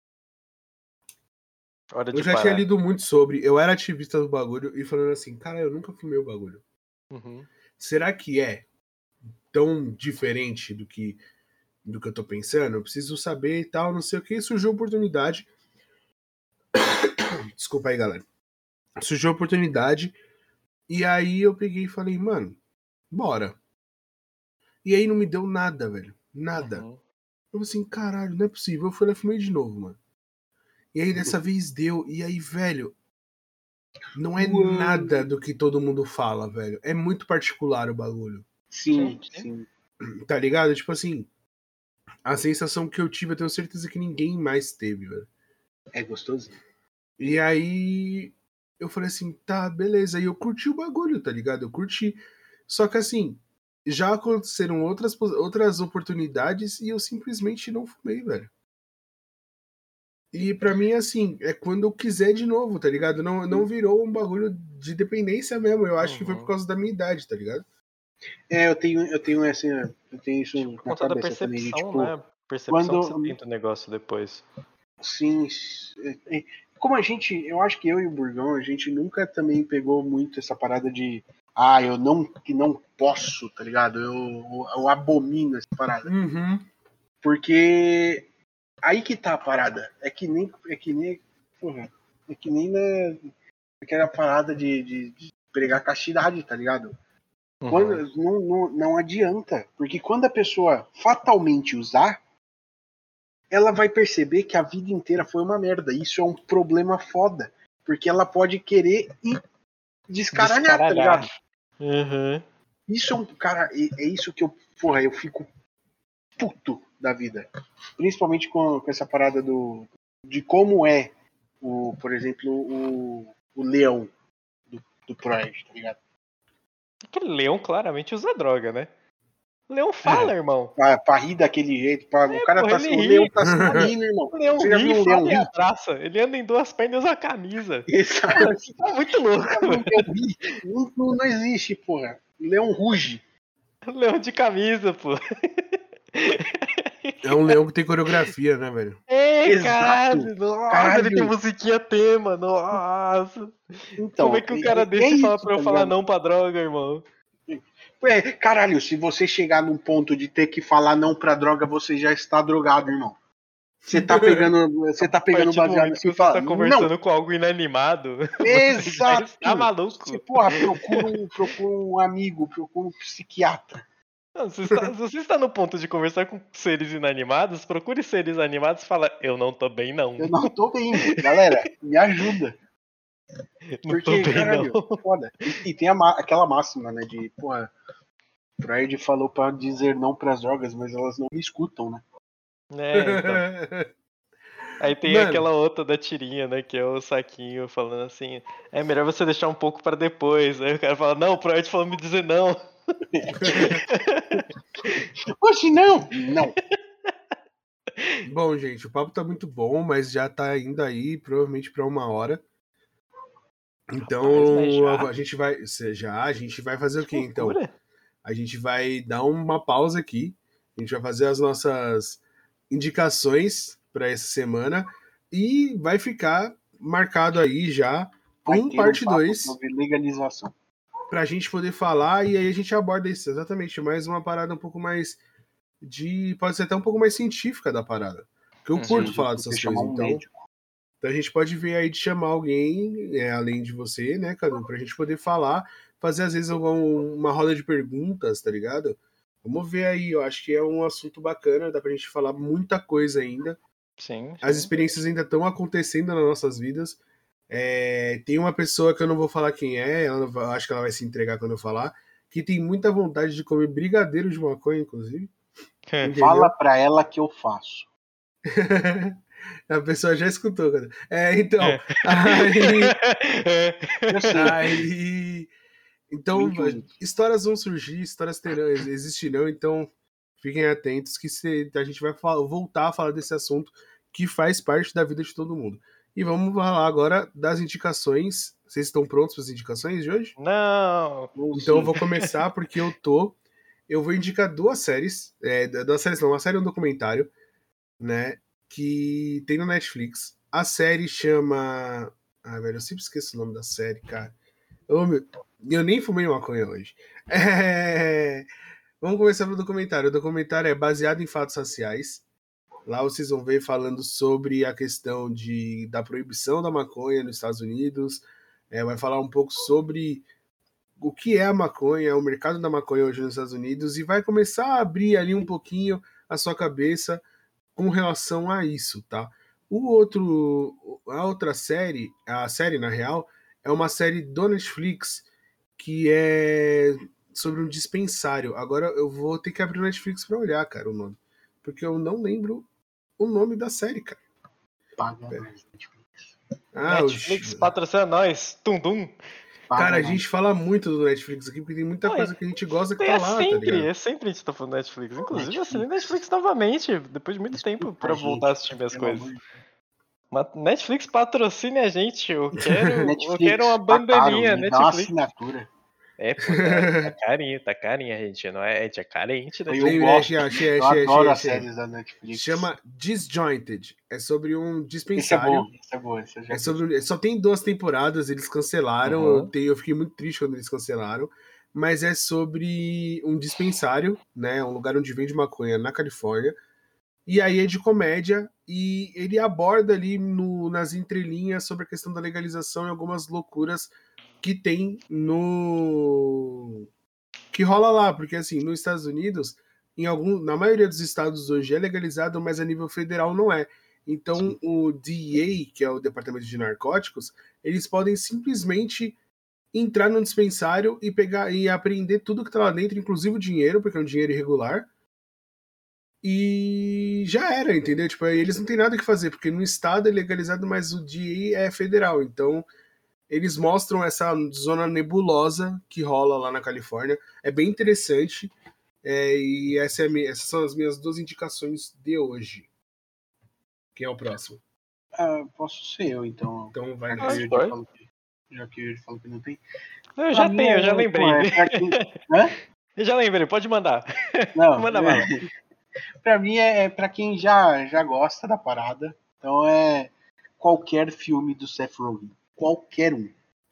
Hora Eu de já tinha parar. lido muito sobre. Eu era ativista do bagulho e falando assim, cara, eu nunca fumei o bagulho. Uhum. Será que é tão diferente do que do que eu tô pensando? Eu preciso saber e tal, não sei o que. Surgiu a oportunidade. Desculpa aí, galera. Surgiu a oportunidade. E aí eu peguei e falei, mano, bora. E aí não me deu nada, velho. Nada. Uhum. Eu falei assim, caralho, não é possível. Eu fui lá e fumei de novo, mano. E aí dessa vez deu. E aí, velho, não é Uou. nada do que todo mundo fala, velho. É muito particular o bagulho. Sim, Sim, sim. sim. Tá ligado? Tipo assim, a sensação que eu tive, eu tenho certeza que ninguém mais teve, velho. É gostoso? E aí eu falei assim, tá, beleza. E eu curti o bagulho, tá ligado? Eu curti. Só que assim, já aconteceram outras, outras oportunidades e eu simplesmente não fumei, velho. E pra mim, assim, é quando eu quiser de novo, tá ligado? Não, não virou um bagulho de dependência mesmo. Eu acho Uhum. que foi por causa da minha idade, tá ligado? É, eu tenho, eu tenho essa, eu tenho isso Tipo, por na conta da cabeça também, de, percepção, tipo, né? Percepção que você quando, tenta o negócio depois. sim, é, é, como a gente, eu acho que eu e o Burgão, a gente nunca também pegou muito essa parada de, ah, eu não, que não posso, tá ligado? Eu, eu, eu abomino essa parada. Uhum. Porque aí que tá a parada. É que nem, é que nem, porra, é que nem na, aquela parada de, de, de pregar castidade, tá ligado? Uhum. Quando, não, não, não adianta, porque quando a pessoa fatalmente usar, ela vai perceber que a vida inteira foi uma merda. Isso é um problema foda, porque ela pode querer ir descaralhar, tá ligado? Uhum. Isso é um, cara, é, é isso que eu, porra, eu fico puto da vida. Principalmente com, com essa parada do, de como é, o, por exemplo, o, o leão do, do Pride, tá ligado? Aquele leão claramente usa droga, né? O leão fala, irmão. Pra, pra rir daquele jeito, pra, É, o cara porra, tá, ele o ri. leão tá rindo, irmão. O leão Você já ri, viu um fala leão e rir? abraça. Ele anda em duas pernas e usa camisa. Exato. Porra, isso tá muito louco. Você já viu um leão rir? Não, não, não existe, porra. O leão ruge. Leão de camisa, pô. É um leão que tem coreografia, né, velho? É, Exato. caralho. Nossa, Caralho. ele tem musiquinha tema. Nossa. Então, Como é que o cara é, desse é fala isso, pra eu tá falar ligado? não pra droga, irmão? É, caralho, se você chegar num ponto de ter que falar não pra droga, você já está drogado, irmão. Você tá pegando, você tá A pegando partir do baseado momento assim que e você fala, está não. conversando com algo inanimado, você já Exato. está maluco. Você, porra, procura um, procura um amigo, procura um psiquiatra. Não, se, está, se você está no ponto de conversar com seres inanimados, procure seres animados e fala, eu não tô bem, não. Eu não tô bem, galera, me ajuda. Não Porque, tô bem, caralho, não. foda. E, e tem a, aquela máxima, né, de, porra, Freud falou pra dizer não pras drogas, mas elas não me escutam, né? É, então. Aí tem Mano. aquela outra da tirinha, né, que é o saquinho falando assim, é melhor você deixar um pouco pra depois. Aí o cara fala, não, o Freud falou me dizer não. Hoje não! Não. Bom, gente, o papo tá muito bom, mas já tá indo aí, provavelmente pra uma hora. Então, Rapaz, mas já? a gente vai. Já, a gente vai fazer o quê, então? Loucura. A gente vai dar uma pausa aqui. A gente vai fazer as nossas indicações para essa semana. E vai ficar marcado aí já Vai um ter parte um papo dois. sobre legalização. Pra gente poder falar. E aí a gente aborda isso exatamente. Mais uma parada um pouco mais de. Pode ser até um pouco mais científica da parada. Porque eu Uhum. curto Sim, falar você dessas chamar coisas. um Então. médico. Então a gente pode ver aí de chamar alguém, é, além de você, né, Cadu, pra gente poder falar, fazer às vezes uma, uma roda de perguntas, tá ligado? Vamos ver aí, eu acho que é um assunto bacana, dá pra gente falar muita coisa ainda. Sim, sim. As experiências ainda estão acontecendo nas nossas vidas. É, tem uma pessoa que eu não vou falar quem é, ela não vai, acho que ela vai se entregar quando eu falar, que tem muita vontade de comer brigadeiro de maconha, inclusive. Fala pra ela que eu faço. A pessoa já escutou, cara. É, então. É. Aí. Eu sei. Aí. Então, histórias vão surgir, histórias terão, existirão, então fiquem atentos que se, a gente vai falar, voltar a falar desse assunto que faz parte da vida de todo mundo. E vamos falar agora das indicações. Vocês estão prontos para as indicações de hoje? Não! Então eu vou começar porque eu tô. Eu vou indicar duas séries. É, duas séries não, uma série e um documentário, né? Que tem no Netflix. A série chama. Ah, velho, eu sempre esqueço o nome da série, cara. Oh, meu... Eu nem fumei maconha hoje. É... Vamos começar pelo documentário. O documentário é baseado em fatos raciais. Lá vocês vão ver falando sobre a questão de, da proibição da maconha nos Estados Unidos. É, vai falar um pouco sobre o que é a maconha, o mercado da maconha hoje nos Estados Unidos. E vai começar a abrir ali um pouquinho a sua cabeça com relação a isso, tá? O outro, a outra série, a série na real, é uma série do Netflix que é sobre um dispensário. Agora eu vou ter que abrir o Netflix pra olhar, cara, o nome. Porque eu não lembro o nome da série, cara. Paga mais Netflix. Ah, Netflix o... patrocina nós. Tum, tum. Cara, a gente fala muito do Netflix aqui, porque tem muita Não, coisa que a gente gosta que é tá lá, sempre, tá ligado? É sempre a gente tá falando Netflix. Inclusive, Netflix. eu assinei Netflix novamente, depois de muito Escuta tempo, pra a gente, voltar a assistir minhas pelo coisas. amor de Netflix patrocine a gente. Eu quero, Netflix, eu quero uma tá bandaninha, caro, me dá uma Netflix. assinatura. É, pô, tá, tá carinho, tá carinho, gente. Não é, a gente é carente, né? Eu Lembrei, gosto, achei, achei, eu achei, adoro achei, as achei. séries da Netflix. Chama Disjointed. É sobre um Esse é dispensário. bom, esse é bom. Esse eu já É vi. sobre, só tem duas temporadas, eles cancelaram. Uhum. Eu, tenho- eu fiquei muito triste quando eles cancelaram. Mas é sobre um dispensário, né? Um lugar onde vende maconha na Califórnia. E aí é de comédia. E ele aborda ali no- nas entrelinhas sobre a questão da legalização e algumas loucuras que tem no. Que rola lá, porque assim, nos Estados Unidos, em algum, na maioria dos estados hoje é legalizado, mas a nível federal não é. Então, Sim. o D E A, que é o Departamento de Narcóticos, eles podem simplesmente entrar no dispensário e pegar e apreender tudo que tá lá dentro, inclusive o dinheiro, porque é um dinheiro irregular. E já era, entendeu? Tipo, aí eles não têm nada que fazer, porque no estado é legalizado, mas o D E A é federal. Então, eles mostram essa zona nebulosa que rola lá na Califórnia. É bem interessante. É, e essa é a minha- essas são as minhas duas indicações de hoje. Quem é o próximo? Ah, posso ser eu, então. Então vai Já que o nessa. Yuri pode. falou que, já que o Yuri falou que não tem. Eu já Pra mim tenho, eu já é, lembrei. pô, é pra quem... Hã? Eu já lembrei, pode mandar. Não, Manda bala. pra mim é, é pra quem já, já gosta da parada. Então é qualquer filme do Seth Rogen. Qualquer um.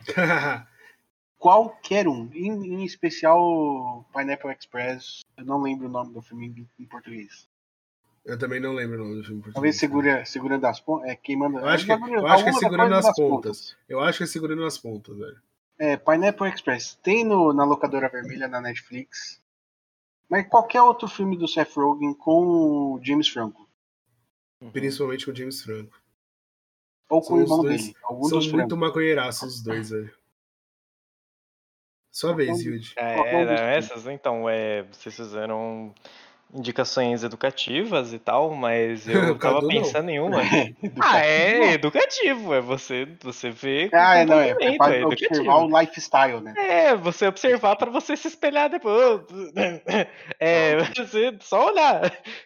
Qualquer um. Em, em especial Pineapple Express. Eu não lembro o nome do filme em, em português. Eu também não lembro o nome do filme Talvez português. segura, segurando as pontas. É, queimando. Eu acho que, alguma eu acho que é coisa segurando as das pontas. Eu acho que é segurando as pontas, velho. É, Pineapple Express. Tem no, na locadora vermelha na Netflix. Mas qualquer outro filme do Seth Rogen com o James Franco. Principalmente com o James Franco. Ou com São o os irmão dois. dele. Algum São dos muito Franco. maconheiraços os dois, velho. Sua Qualquer vez, um, Yudi. qualquer um É, dos eram três. essas, então, é, vocês fizeram indicações educativas e tal, mas eu O tava Cadu não. pensando em uma. Educativo, Ah, é não. educativo, é você, você vê com Ah, é, não, é, é comportamento, é para observar educativo. o lifestyle, né? É, você observar pra você se espelhar depois. É, você só olhar.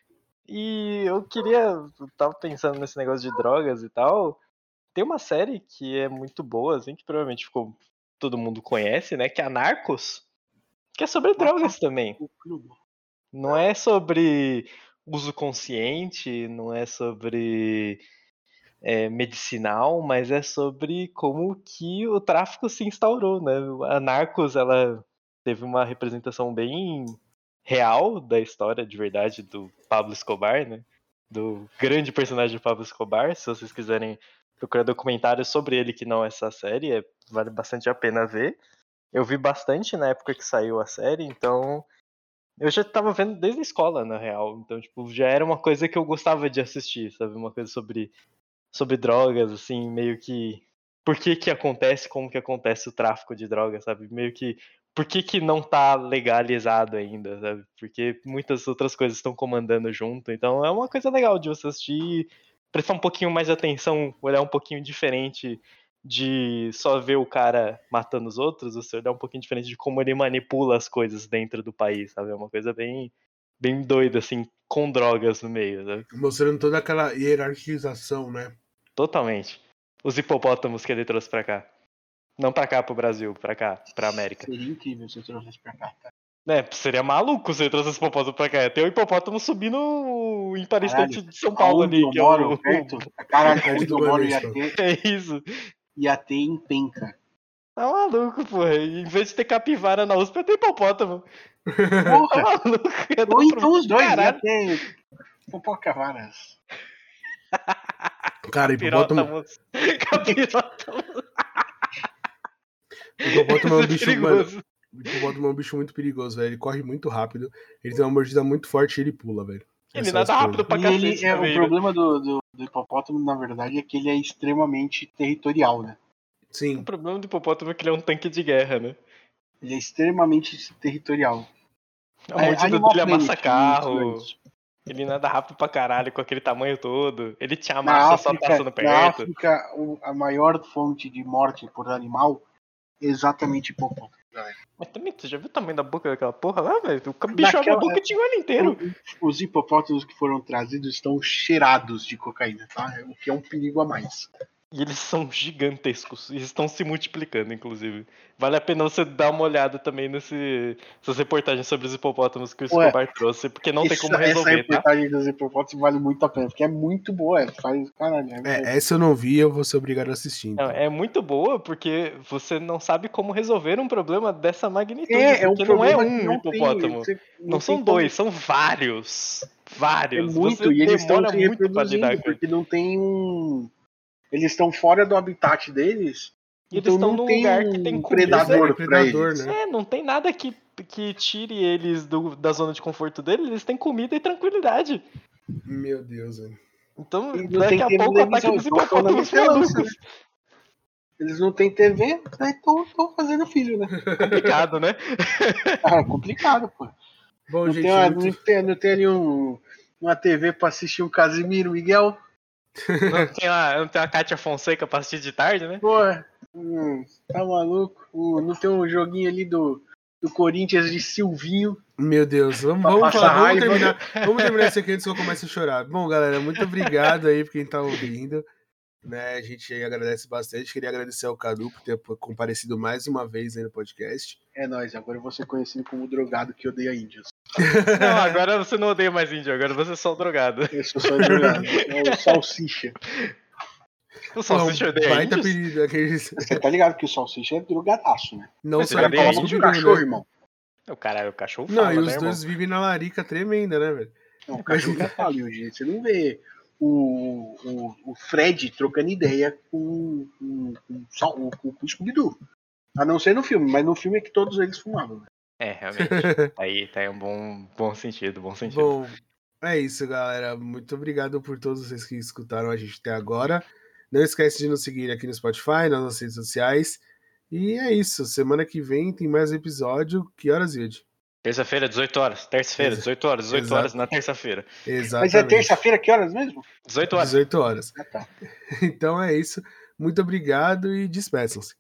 E eu queria, eu tava pensando nesse negócio de drogas e tal. Tem uma série que é muito boa, assim, que provavelmente ficou, todo mundo conhece, né? Que é a Narcos, que é sobre drogas também. Não é sobre uso consciente, não é sobre é, medicinal, mas é sobre como que o tráfico se instaurou, né? A Narcos, ela teve uma representação bem real da história de verdade do Pablo Escobar, né? Do grande personagem Pablo Escobar. Se vocês quiserem procurar documentários sobre ele que não é essa série, é, vale bastante a pena ver. Eu vi bastante na época que saiu a série, então eu já tava vendo desde a escola, na real. Então, tipo, já era uma coisa que eu gostava de assistir, sabe? Uma coisa sobre, sobre drogas, assim, meio que. Por que que acontece, como que acontece o tráfico de drogas, sabe? Meio que. Por que que não tá legalizado ainda, sabe? Porque muitas outras coisas estão comandando junto. Então é uma coisa legal de você assistir, prestar um pouquinho mais de atenção, olhar um pouquinho diferente de só ver o cara matando os outros, você olhar um pouquinho diferente de como ele manipula as coisas dentro do país, sabe? É uma coisa bem, bem doida, assim, com drogas no meio, sabe? Mostrando toda aquela hierarquização, né? Totalmente. Os hipopótamos que ele trouxe pra cá. Não pra cá, pro Brasil, pra cá, pra América. Seria incrível se eu trouxesse pra cá. Tá? É, seria maluco se ele trouxesse esse hipopótamo pra cá. Tem o hipopótamo subindo o Empire State de São Paulo Aonde ali, eu que é moro, o. perto, caralho, Perto onde do eu moro ia Banespa. ter, É isso. ia ter em Penca. Tá maluco, porra. Em vez de ter capivara na U S P, tem hipopótamo. Tá Porra! maluco. Ia dar Ou um então problema os dois, ia caralho. ter popocavaras. Cara, hipopótamo. Capirótamos. Capirótamos. Hipopótamo é um Esse bicho, mano. O hipopótamo é um bicho muito perigoso, velho. Ele corre muito rápido, ele tem uma mordida muito forte e ele pula, velho. Ele Essa é nada as coisas. rápido pra E cacete ele, é, o também, né? problema do, do, do hipopótamo, na verdade, é que ele é extremamente territorial, né? O Sim. problema do hipopótamo é que ele é um tanque de guerra, né? Ele é extremamente territorial. A É, mordida Animal dele amassa Planet carro. mostrou isso. Ele nada rápido pra caralho com aquele tamanho todo. Ele te Na amassa só África, passando na perto. África o- a maior fonte de morte por animal exatamente hipopótamo, galera. Mas também, você já viu o tamanho da boca daquela porra lá, velho? O bicho abre a Daquela- boca e tinha o ano inteiro. Os hipopótamos que foram trazidos estão cheirados de cocaína, tá? O que é um perigo a mais. E eles são gigantescos. E estão se multiplicando, inclusive. Vale a pena você dar uma olhada também nesse, nessas reportagens sobre os hipopótamos que o Ué, Escobar trouxe, porque não tem Essa- como resolver, Essa tá? reportagem dos hipopótamos vale muito a pena, porque é muito boa. É, faz, caralho, é, É, essa eu não vi, eu vou ser obrigado a assistir. Então. Não, é muito boa porque você não sabe como resolver um problema dessa magnitude. É, é um porque não é problema que um não tem, hipopótamo. você- não não são tem como- dois, são vários. É Vários. muito, você e eles estão demora se muito pra reproduzindo, lidar com porque não tem um. Eles estão fora do habitat deles, E eles então estão não num tem lugar um que tem comida. predador É, pra predador, eles. né? É, não tem nada que, que tire eles do- da zona de conforto deles. Eles têm comida e tranquilidade. Meu Deus, velho. Então, E não daqui tem a pouco o televisão, ataque dos então estão na hipopótamos liderança, malucos. Eles não têm T V, então estão fazendo filho, né? Complicado, né? Ah, é complicado, pô. Bom, Não gente, tem, uma, muito- não, tem, não tem ali um, uma T V pra assistir um Casimiro Miguel? Não tem uma, não tem uma Kátia Fonseca pra assistir de tarde, né? Pô, hum, tá maluco? Hum, não tem um joguinho ali do, do Corinthians de Silvinho? Meu Deus, vamos, Pra vamos, passar falar, vamos raiva. terminar. Vamos terminar isso aqui antes que eu comece a chorar. Bom, galera, muito obrigado aí por quem tá ouvindo. Né, a gente aí agradece bastante. Queria agradecer ao Cadu por ter comparecido mais uma vez aí no podcast. É nóis, agora eu vou ser conhecido como o drogado que odeia índios. Não, agora você não odeia mais índio, agora você é só o drogado. Eu sou só drogado, é o salsicha. O Salsicha Pô, odeia baita índios? apelido, aqueles... Você tá ligado que o salsicha é drogadaço, né? Não Mas só você já ele odeia fala índio? de Scooby-Doo, cachorro, né? irmão. O caralho, o cachorro Não, fala, e os né, dois irmão? vivem na larica tremenda, né, velho? Não, o cachorro já tá ali, gente. Você não vê o, o, o Fred trocando ideia com, com, com, sal- com, com o Scooby-Doo. A não ser no filme, mas no filme é que todos eles fumavam. Né? É, realmente. Tá aí, tá aí um bom, bom sentido, bom sentido. Bom, é isso, galera. Muito obrigado por todos vocês que escutaram a gente até agora. Não esquece de nos seguir aqui no Spotify, nas nossas redes sociais. E é isso. Semana que vem tem mais episódio. Que horas, Yud? Terça-feira, dezoito horas. Terça-feira, Exa- dezoito horas. dezoito exato. horas na terça-feira. Exatamente. Mas é terça-feira, que horas mesmo? dezoito horas. dezoito horas. Ah, tá. Então é isso. Muito obrigado e despeçam-se.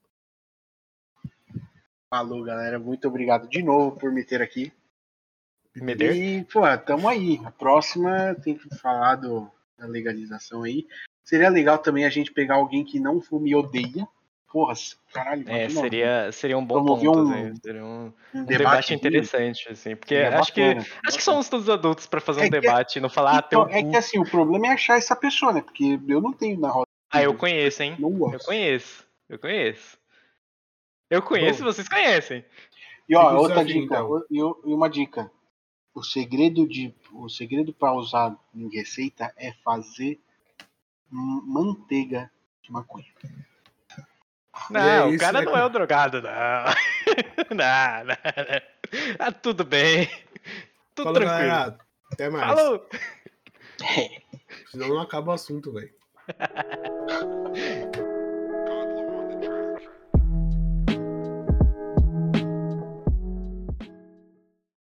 Falou, galera. Muito obrigado de novo por me ter aqui. Meder? E, pô, tamo aí. A próxima tem que falar do, da legalização aí. Seria legal também a gente pegar alguém que não fume e odeia. Porra, caralho, É, imagina, seria, seria um bom promover ponto, um- assim, seria um, um um debate, debate aqui. interessante, assim, porque Seria acho que, bacana, acho que bacana. somos todos adultos pra fazer um É que- debate e não falar, ah, teu Então, é cu. que assim, o problema é achar essa pessoa, né? Porque eu não tenho na roda. Ah, eu conheço, hein? Não gosto. Eu conheço, eu conheço. Eu conheço e Bom. vocês conhecem. E ó, Fica o outra desafio, dica, então. e o- e uma dica. O segredo de o segredo para usar em receita é fazer m- manteiga de maconha. Não, é o isso, cara é não com- é o drogado, não. não, não, não. Ah, tudo bem. Tudo Falou, tranquilo. galera. Até mais. Falou! Senão não acaba o assunto, velho.